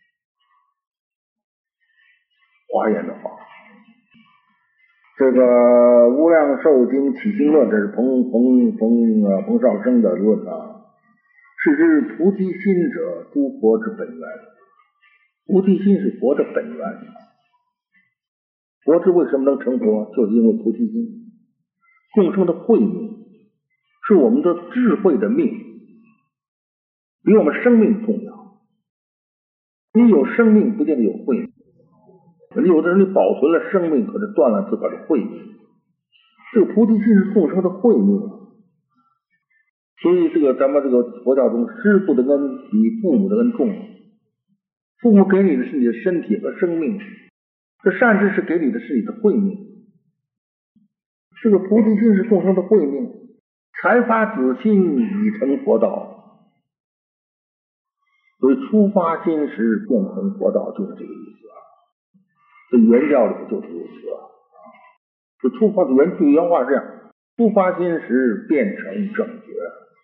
[SPEAKER 1] 华严的话，这个无量寿经起心论，这是彭绍生的论啊。是知菩提心者，诸佛之本源。菩提心是佛的本源。佛之为什么能成佛，就是因为菩提心。众生的慧命是我们的智慧的命，比我们生命重要。你有生命不见得有慧命，有的人你保存了生命，可是断了自个儿的慧命。这个菩提心是众生的慧命，所以这个咱们这个佛教中，师父的恩比父母的恩重。父母给你的是你的身体和生命，这善知识给你的是你的慧命。这个菩提心是众生的慧命，才发子心已成佛道。所以初发心时变成佛道，就是这个意思啊。这原教里就是如此啊。这初发原话是这样：初发心时变成正觉。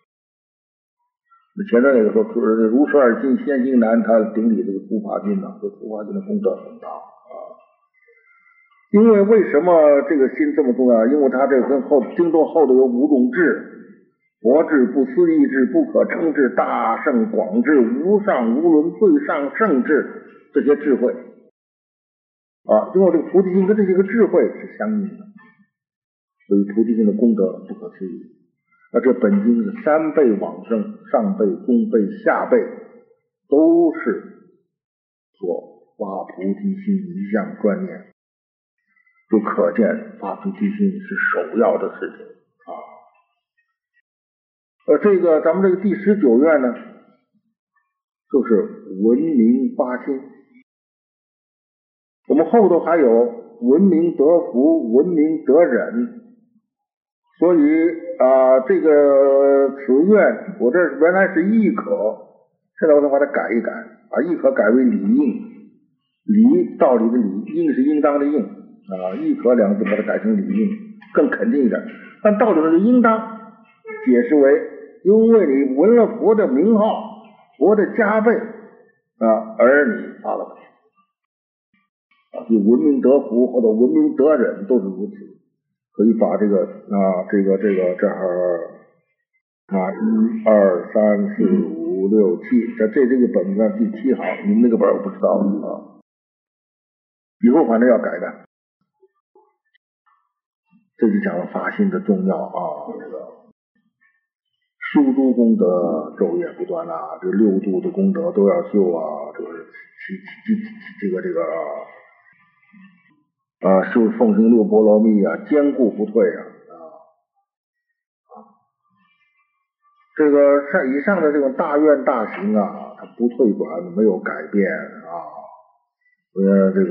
[SPEAKER 1] 前面那个说如是二心先行难，他顶礼这个初发心呢，这初发心的功德很大啊。因为为什么这个心这么重要？因为它这个跟经中后头有五种智：佛智、不思议智、不可称智、大圣广智、无上无伦、最上圣智，这些智慧啊，因为这个菩提心跟这些个智慧是相应的，所以菩提心的功德不可思议。这本经是三辈往生，上辈、中辈、下辈都是说发菩提心一向专念，就可见发菩提心是首要的事情啊。这个咱们这个第19愿呢，就是闻名发心。我们后头还有闻名得福、闻名得忍。所以这个此愿我这原来是亦可，现在我想把它改一改，把亦可改为理应。理道理的理，应是应当的应亦可两个字把它改成理应，更肯定一点。但道理上就应当解释为，因为你闻了佛的名号，佛的加倍而你发了就闻名得福或者闻名得忍都是如此。可以把这个这儿1、2、3、4、5、6、7，这个本子第7行，你们那个本我不知道以后反正要改的。这就讲了发心的重要这个修诸功德昼夜不断这6度的功德都要修这个修奉行6波罗蜜坚固不退这个以上的这种大愿大行它不退转，没有改变这个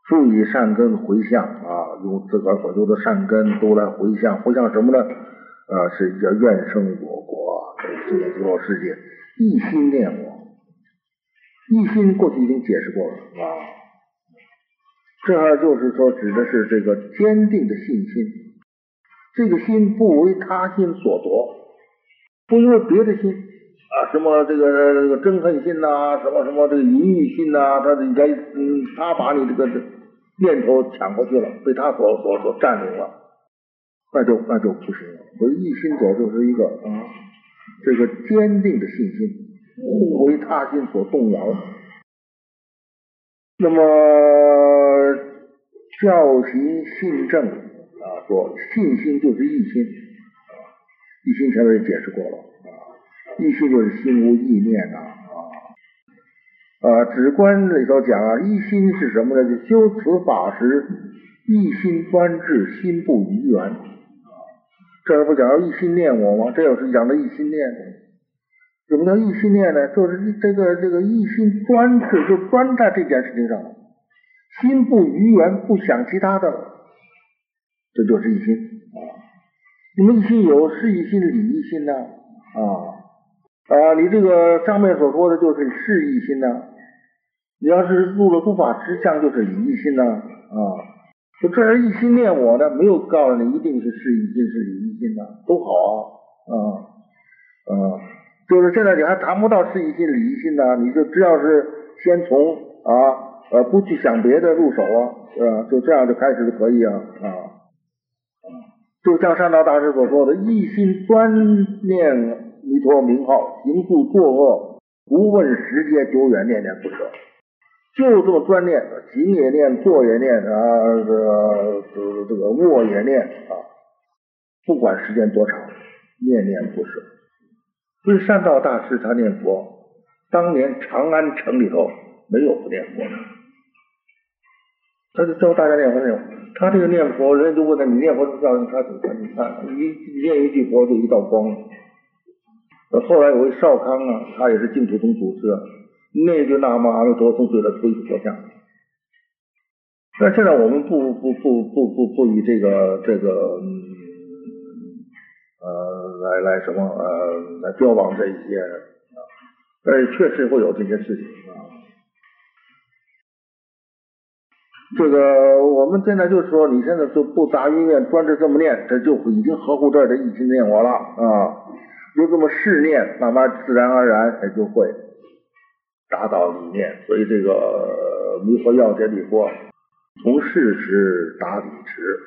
[SPEAKER 1] 注意善根回向啊，用自个儿所修的善根都来回向，回向什么呢？是叫愿生我国，这个极乐世界，一心念我。一心过去已经解释过了啊，这儿就是说指的是这个坚定的信心，这个心不为他心所夺，不因为别的心啊，什么这个憎恨心呐、什么什么这个淫欲心呐、他把你这个念头抢过去了，被他所占领了，那就不行了。所以一心者就是一个这个坚定的信心，不为他心所动摇。那么教习信正说信心就是一心一心前面也解释过了一心就是心无意念止观里头讲一心是什么呢？就修此法时一心专志，心不逾缘这不讲一心念我吗？这又是讲的一心念。什么叫一心念呢？就是这个一心专志，就专在这件事情上了，心不逾缘，不想其他的了，这就是一心你们一心有事一心理一心你这个上面所说的就是事一心你要是入了诸法实相就是理一心就这一心念我呢，没有告诉你一定是事一心是理一心都好就是现在你还谈不到事一心理一心你就只要是先从不去想别的入手就这样就开始就可以就像善导大师所说的，一心专念弥陀名号，行住坐卧，不问时节久远，念念不舍。就这么专念，行也念，坐也念这个卧也念不管时间多长，念念不舍。所以善导大师他念佛，当年长安城里头没有不念佛的，他就教大家念佛念佛。他这个念佛，人家就问他，你念佛是叫你看你念一句佛就一道光。后来有位少康他也是净土宗祖师那句南无阿弥陀佛对他推佛像。那现在我们不以这个来什么来标榜这一些但是确实会有这些事情这个我们现在就是说，你现在就不杂于念，专制这么念，这就已经合乎这儿的一心念我了就这么试念，慢慢自然而然也就会达到理念。所以这个弥陀要解里说，从事时达理持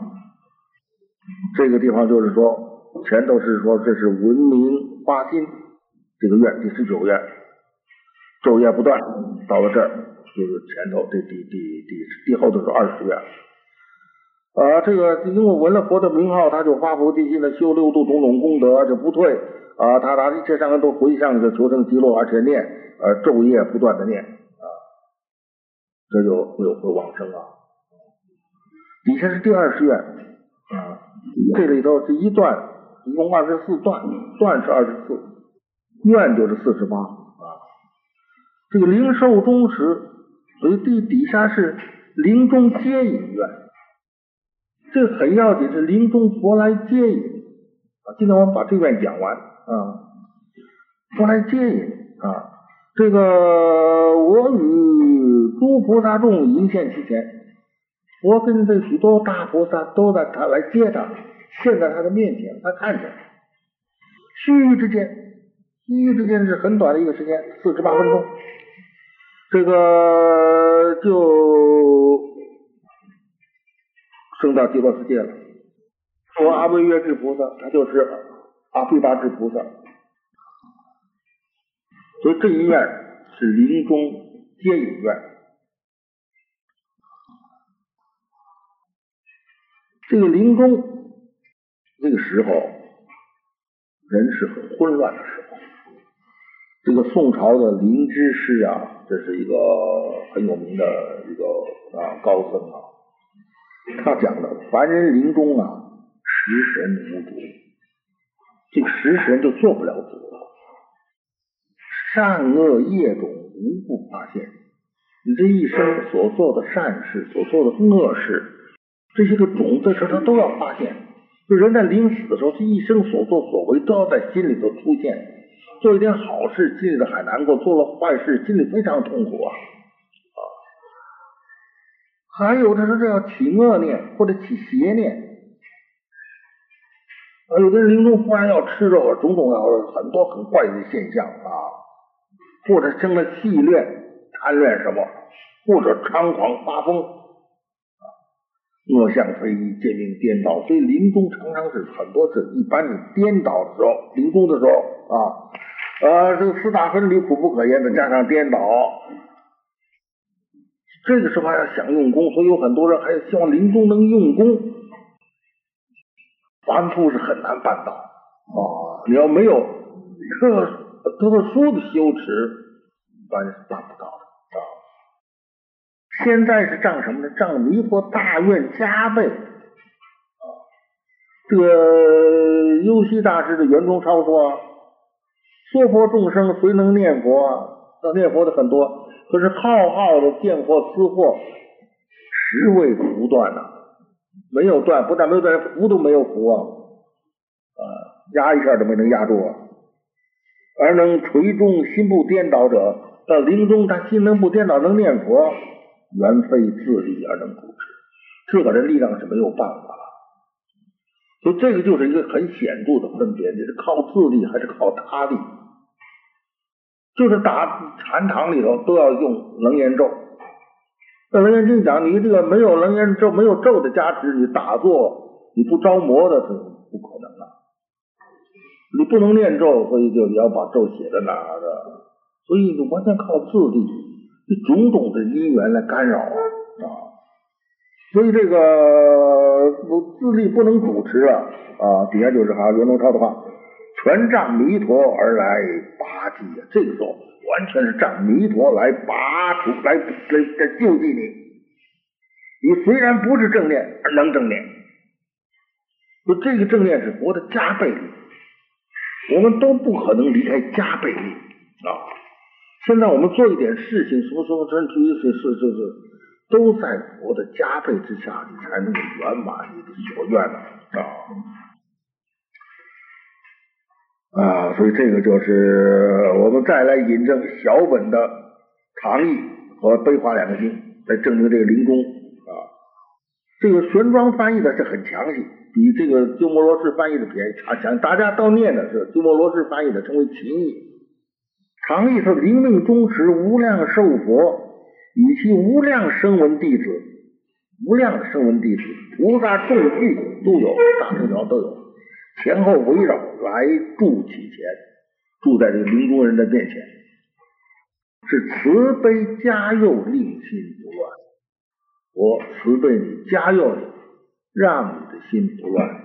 [SPEAKER 1] 这个地方就是说，前头是说这是文明发心这个愿，第19愿，昼夜不断，到了这儿。就是前头这第后头是20愿这个因为闻了佛的名号，他就发菩提心的修六度种种功德就不退他拿一切善根都回向着求生极乐，而且念昼夜不断的念这就会往生底下是第20愿这里头是一段，一共24段，段是24，愿就是48这个灵寿终时，所以底下是临终接引愿，这个很要紧，是临终佛来接引今天我们把这愿讲完佛来接引这个我与诸菩萨众迎现其前，佛跟这许多大菩萨都在他来接他，现在他的面前，他看着须臾之间是很短的一个时间，48分钟这个就升到极乐世界了。说阿惟越致菩萨，他就是阿毗跋致菩萨，所以这一愿是临终接引愿。这个临终这个时候，人是很混乱的时候。这个宋朝的灵芝师这是一个很有名的一个高僧他讲的凡人临终识神无主，这个识神就做不了主了，善恶业种无不发现， 你这一生所做的善事，所做的恶事，这些个种子是他都要发现。就人在临死的时候，这一生所作所为都要在心里头出现。做一点好事，心里头还难过；做了坏事，心里非常痛苦啊！还有的是这要起恶念或者起邪念。有的人临终忽然要吃肉，种种很多很怪的现象啊，或者生了戏恋、贪恋什么，或者猖狂发疯，恶相非一，见命颠倒。所以临终常常是很多次，一般是颠倒的时候，临终的时候这个四大分离苦不可言，再加上颠倒，这个时候还要想用功，所以有很多人还希望临终能用功。凡夫是很难办到你要没有特殊的修持，一般是办不到的现在是仗什么呢？仗弥陀大愿加倍这个幽西大师的圆中超说，娑婆众生虽能念佛，念佛的很多，可是浩浩的见惑思惑，实未不断没有断，不但没有断，扶都没有扶压一下都没能压住而能垂中心不颠倒者，到临终他心能不颠倒，能念佛，原非自力而能主持，这个人力量是没有办法了。所以这个就是一个很显著的分别，你是靠自力还是靠他力。就是打禅堂里头都要用楞严咒，那楞严经讲，你这个没有楞严咒，没有咒的加持，你打坐你不着魔的是不可能的。你不能念咒，所以就你要把咒写在哪儿的，所以你完全靠自力，这种种的因缘来干扰所以这个自力不能主持底下就是袁中超的话，全仗弥陀而来拔济这个时候完全是仗弥陀来拔除，来救济你。你虽然不是正念，而能正念，说这个正念是佛的加倍力，我们都不可能离开加倍力现在我们做一点事情，什么甚至于是都在佛的加倍之下，你才能够圆满你的所愿所以这个就是我们再来引证小本的唐译和悲华两个经，来证明这个临终这个玄奘翻译的是很详细，比这个鸠摩罗什翻译的便宜强，大家都念的是鸠摩罗什翻译的称为秦译，唐译是临命终时无量寿佛以其无量声闻弟子，无量的声闻弟子，菩萨众聚都有，大乘教都有，前后围绕来住其前，住在这个临终人的面前，是慈悲加佑，令心不乱。我慈悲你，加佑你，让你的心不乱。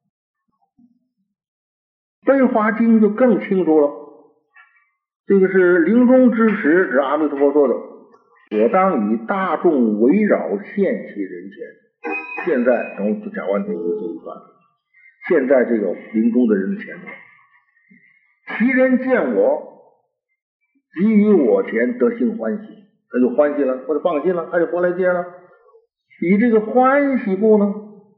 [SPEAKER 1] 悲华经就更清楚了，这个是临终之时，是阿弥陀佛说的，我当以大众围绕现其人前。现在等我讲完这一段，现在这个临终的人前头，其人见我，即于我前得性欢喜，他就欢喜了，或者放心了，他就过来见了。以这个欢喜故呢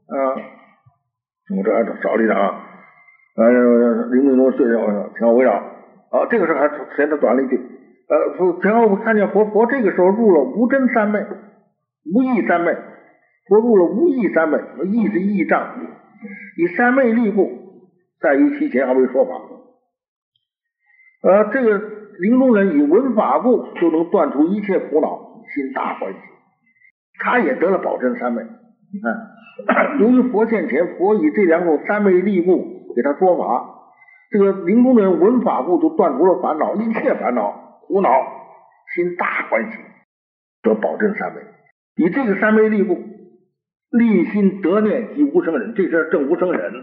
[SPEAKER 1] 我这还少了一点临命中睡前后围绕这个时候还嫌他短了一句前后看见佛这个时候入了无真三昧，无义三昧，佛入了无义三昧，义是义障，以三昧力故，在于其前还未说法这个临终人以闻法故，就能断除一切苦恼，心大欢喜，他也得了宝真三昧。你看，由于佛现前，佛以这两种三昧力故给他说法，这个临终的人闻法故，就断除了烦恼，一切烦恼苦恼，心大欢喜，得宝真三昧。以这个三昧力故，立心得念即无生忍，这是正无生忍。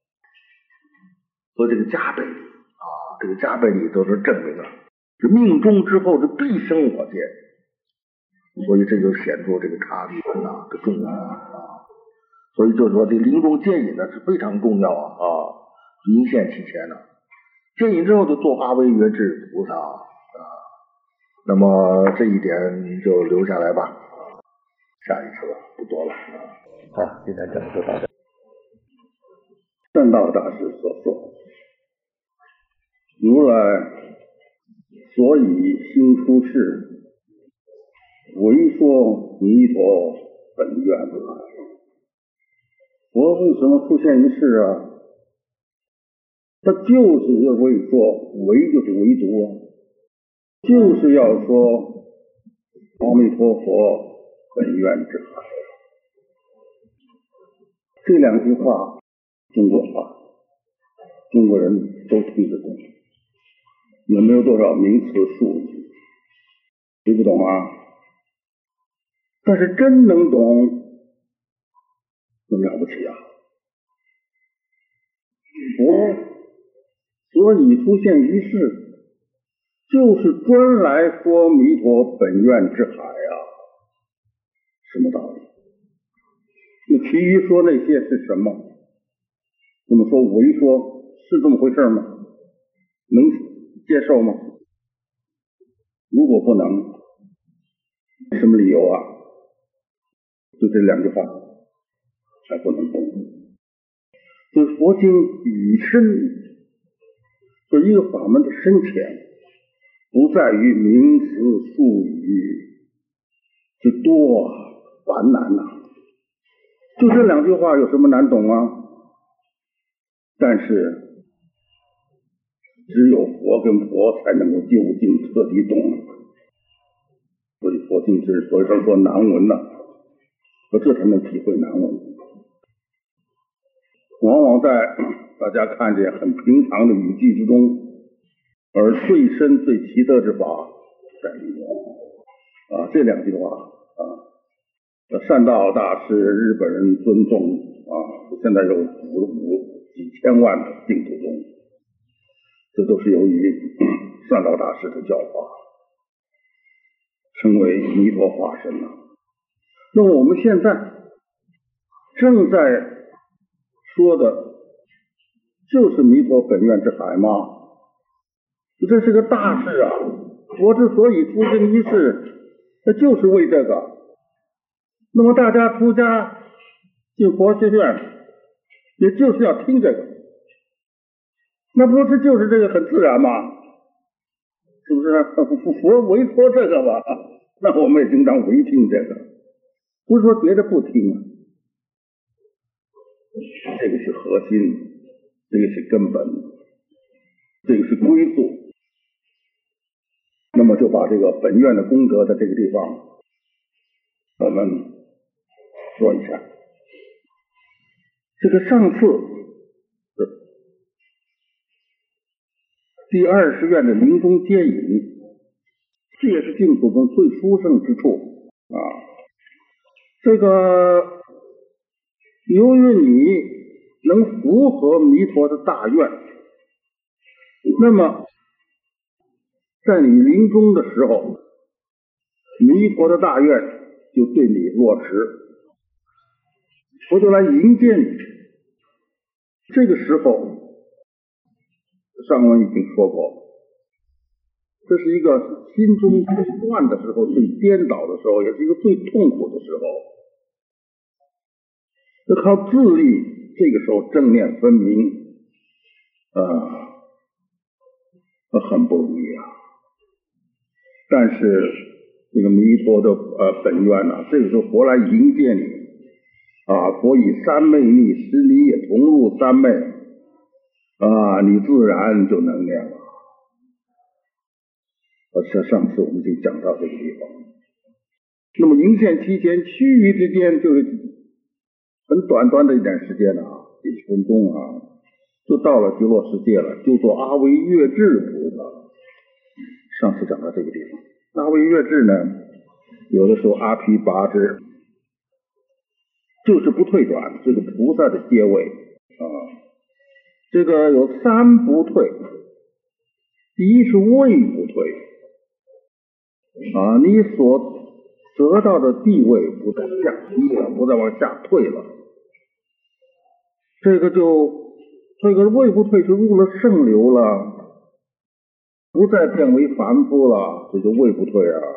[SPEAKER 1] 所以这个加倍力这个加倍力都是证明了这命中之后是必生我见，所以这就显出这个差别的重要所以就是说这临终接引呢是非常重要临现其前接引之后就做阿惟越致菩萨那么这一点就留下来吧，下一次不多了。
[SPEAKER 3] 好，今天讲就到这。
[SPEAKER 4] 善道大师所说，如来所以兴出世，为说弥陀本愿不来。佛为什么出现于世啊？他就是要为说，为就是唯独啊，就是要说阿弥陀佛本愿之海。这两句话中国话，中国人都听得懂，也没有多少名词术语，听不懂啊。但是真能懂，那了不起啊！佛所以出现于世，就是专来说弥陀本愿之海啊。什么道理？那其余说那些是什么？这么说为说是这么回事吗？能接受吗？如果不能，什么理由啊？就这两句话还不能懂。就是佛经语深，就是一个法门的深浅，不在于名词术语之多繁难呐。就这两句话有什么难懂啊？但是只有佛跟佛才能够究竟彻底懂，所以佛经之所以说难闻呐，这才能体会难闻。往往在大家看见很平常的语句之中，而最深最奇特之法在里面啊。这两句话啊，善道大师日本人尊重啊，现在有几千万的净土宗，这都是由于善道大师的教化，成为弥陀化身了。那么我们现在正在说的就是弥陀本愿之海吗？这是个大事啊！佛之所以出生于世，那就是为这个。那么大家出家进佛学院，也就是要听这个，那不是就是这个很自然吗？是不是？佛为说这个吧，那我们也应当为听这个，不是说别的不听啊。这个是核心，这个是根本，这个是归宿。那么就把这个本愿的功德在这个地方我们说一下。这个上次第20愿的临终接引，这也是净土宗最殊胜之处啊。这个由于你能符合弥陀的大愿，那么在你临终的时候，弥陀的大愿就对你落实，佛就来迎接你。这个时候上文已经说过，这是一个心中最乱的时候，最颠倒的时候，也是一个最痛苦的时候。要靠自力，这个时候正念分明很不容易啊。但是这个弥陀的本愿啊，这个时候佛来迎接你啊，佛以三昧力使你也同入三昧啊，你自然就能念了。上次我们已经讲到这个地方。那么迎现期间，须臾之间，就是很短的一点时间啊，几分钟啊，就到了极乐世界了，就做阿惟越致菩萨。上次讲到这个地方，阿惟越致呢，有的时候阿毗跋致，就是不退转，这个菩萨的阶位啊。这个有3不退，第一是位不退啊，你所得到的地位不再降低了，不再往下退了。这个位不退是入了圣流了不再变为凡夫了，这就位不退啊。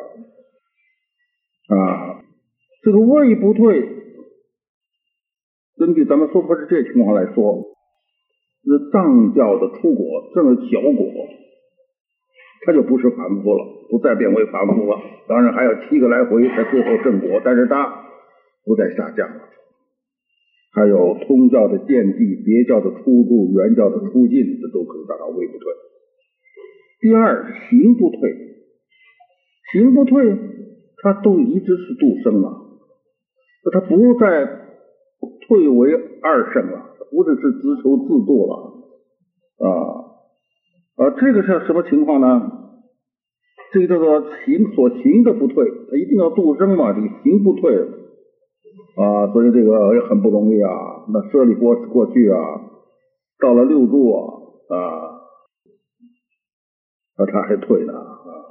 [SPEAKER 4] 这个位不退，根据咱们娑婆世界情况来说，是藏教的出果，正是小果，他就不是凡夫了，不再变为凡夫了。当然还要7个来回才最后正果，但是他不再下降了。还有通教的见地，别教的出入，原教的出进，这都可以达到位不退。第二，行不退，行不退，他都一直是度生了，他不再退为二圣了，不是自求自度了这个是什么情况呢？这个叫做所行的不退，他一定要度生嘛，这个行不退所以这个也很不容易啊。那舍利佛过去到了6住他还退呢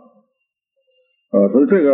[SPEAKER 4] 所以这个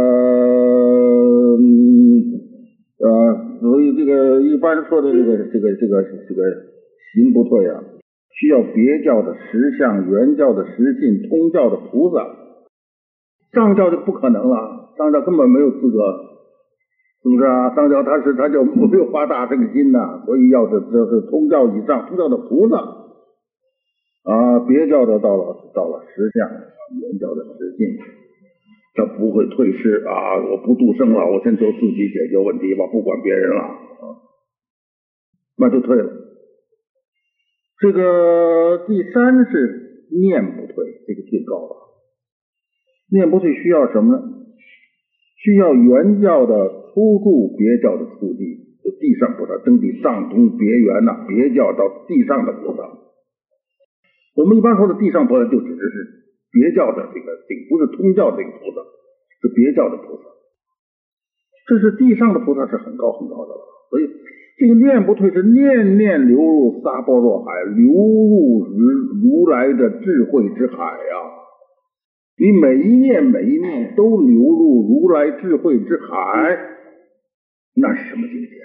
[SPEAKER 4] 所以这个一般说的这个行不退需要别教的实相、原教的实性、通教的菩萨，藏教就不可能了，藏教根本没有资格，是不是藏教他就没有发大圣心所以要是通教以上，通教的菩萨别教的到了实相，原教的实性，他不会退失我不度生了，我先就自己解决问题吧，不管别人了那就退了。这个第三是念不退，这个最高了。念不退需要什么呢？需要原教的出住，别教的出地，就地上菩萨登地藏通别圆别教到地上的菩萨。我们一般说的地上菩萨就指的是别教的这个不是通教这个菩萨，是别教的菩萨。这是地上的菩萨是很高很高的了，所以这个念不退是念念流入萨婆若海，流入如来的智慧之海你每一念都流入如来智慧之海，那是什么境界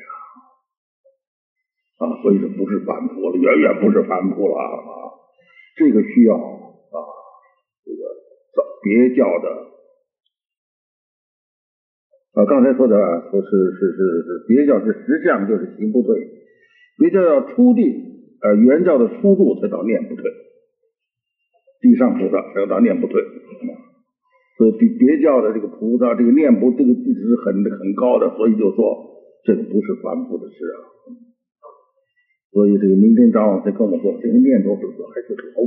[SPEAKER 4] 所以这不是凡夫了，远远不是凡夫了这个需要这个别教的刚才说的是别教是实相，就是行不退，别教要出地原教的出入才到念不退，地上菩萨才到念不退所以别教的这个菩萨这个念不这个地是很高的，所以就说这个不是凡夫的事所以这个明天长老才跟我说，这个念头还是逃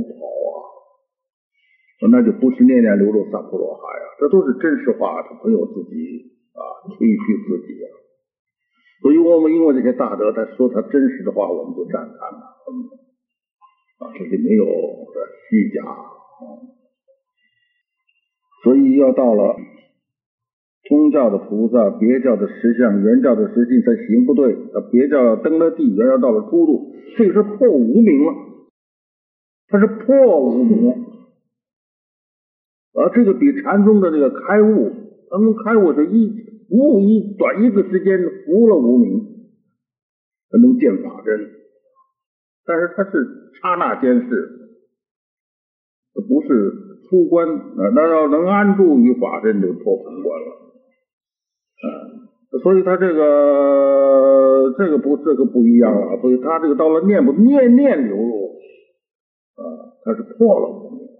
[SPEAKER 4] 跑那就不是念念流入萨婆罗海这都是真实话，他没有自己吹嘘自己所以我们因为这些大德他说他真实的话，我们就赞叹了这里没有虚假所以要到了通教的菩萨，别教的实相，原教的实性才行不对别教登了地，原教到了出入，这个是破无明了，它是破无明这个比禅宗的这个开悟，他们开悟是短一个时间服了无明，他能见法真，但是他是刹那间事，不是出关那要能安住于法身就破盘关了所以他这个不一样了，所以他这个到了念流入他是破了无明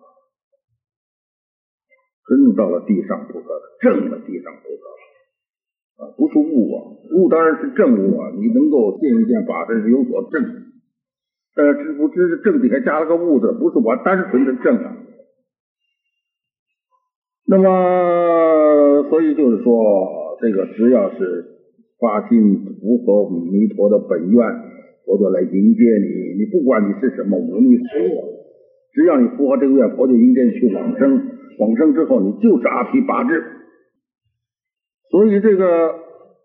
[SPEAKER 4] 真正到了地上菩萨，正了地上菩萨不是悟当然是正悟你能够见一见法身是有所正知不知正底下加了个悟字，不是我单纯的正那么所以就是说这个只要是发心符合弥陀的本愿，佛就来迎接你不管你是什么无逆失落，只要你符合这个愿，佛就迎接你去往生之后你就是阿毗跋致。所以这个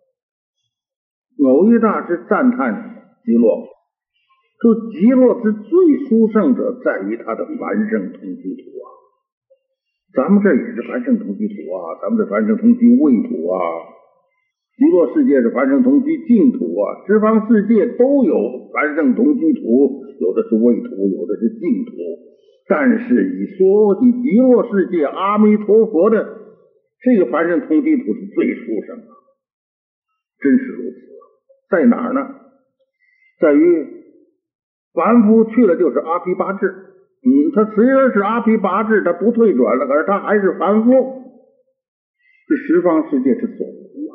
[SPEAKER 4] 耦一大师赞叹极乐，说极乐之最殊胜者在于他的凡圣同居土咱们这也是凡圣同居土咱们这凡圣同居净土极乐世界是凡圣同居净土十方世界都有凡圣同居土，有的是净土，有的是净土， 但是以说起极乐世界阿弥陀佛的这个凡圣同居土是最殊胜的，真是如此。在哪儿呢？在于凡夫去了就是阿毗跋致，他虽然是阿毗跋致，他不退转了，可是他还是凡夫，是十方世界之所无啊，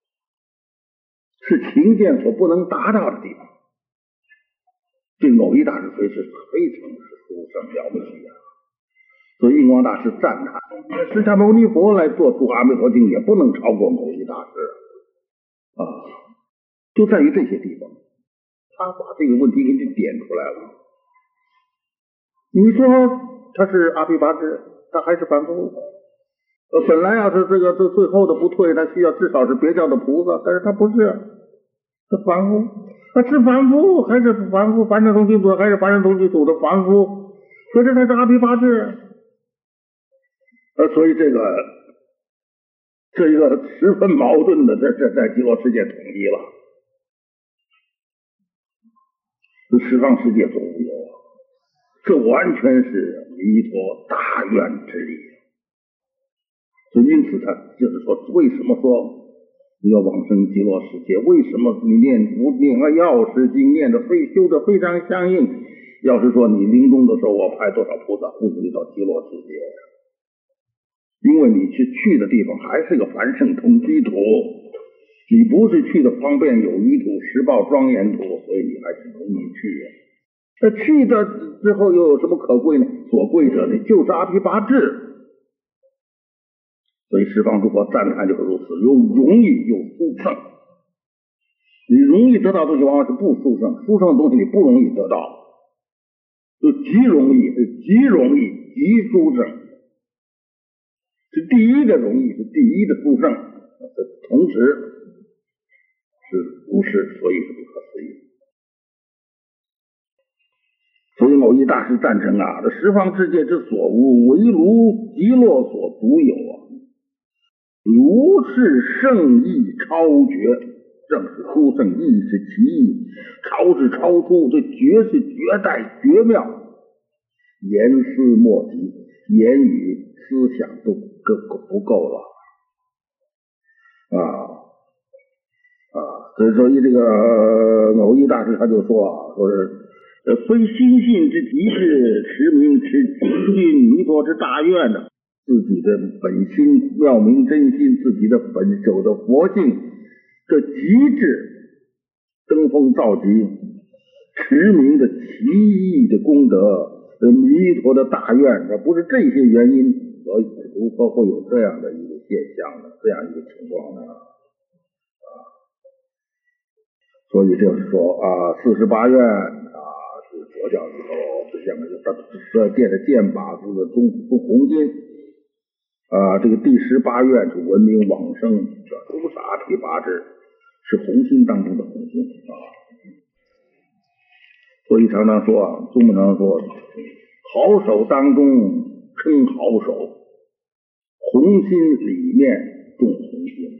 [SPEAKER 4] 是情见所不能达到的地方。这耦一大师虽是非常是殊胜了不起啊，所以印光大师赞叹，释迦牟尼佛来做出阿弥陀经也不能超过耦一大师啊，就在于这些地方，他把这个问题给你点出来了。你说他是阿毗跋致，他还是凡夫。本来要是这最后的不退，他需要至少是别教的菩萨，但是他不是，是凡夫。他是凡夫还是凡夫？凡圣同居土还是凡圣同居土的凡夫？可是他是阿毗跋致，所以这一个十分矛盾的，这在极乐世界统一了，是十方世界所无有啊！这完全是弥陀大愿之力。所以因此他就是说，为什么说你要往生极乐世界？为什么你念药师经念的修的非常相应？要是说你临终的时候，我派多少菩萨护你到极乐世界？因为你去的地方还是个凡圣同居土，你不是去的方便有余土、实报庄严土，所以你还是容易去。那去的之后又有什么可贵呢？所贵者呢，就是阿毗跋致。所以十方诸佛赞叹就是如此，又容易又殊胜。你容易得到的东西往往是不殊胜，殊胜的东西你不容易得到，就极容易、极殊胜，是第一的容易，是第一的殊胜，同时是无事，所以是不可思议。所以耦一大师赞成啊，这十方世界之所无，唯如极乐所独有啊。如是圣意超绝，正是殊胜，意是奇异，超是超出，这绝是绝代绝妙，言思莫及，言语思想都不够了所以说这个耦一大师他就说啊，说是非心性之极致，持名持尽弥陀之大愿的。自己的本心妙明真心，自己的本守的佛性，这极致登峰造极，持名的奇异的功德，弥陀的大愿，这不是这些原因，所以如何会有这样的一个现象呢？这样一个情况呢？所以就是说48愿是佛教里头实际上是12戒的剑把子的中红经。这个第18愿是文明往生，这都是阿毗跋致，是红心当中的红心所以常常说宗门常说，好手当中称好手，红心里面种红心。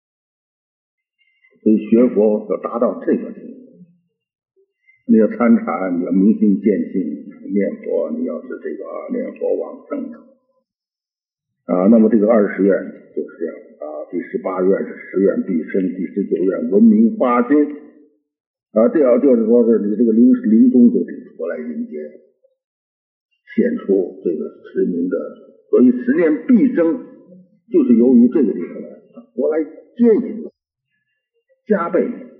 [SPEAKER 4] 所以学佛要达到这个程度，你要参禅，你要明心见性，念佛，你要是这个念佛往生那么这个20愿就是这样第18愿是十愿必生，第19愿文明发心这要就是说是你这个临终就得出来人间，显出这个持名的，所以十念必生，就是由于这个地方来，佛来接引加倍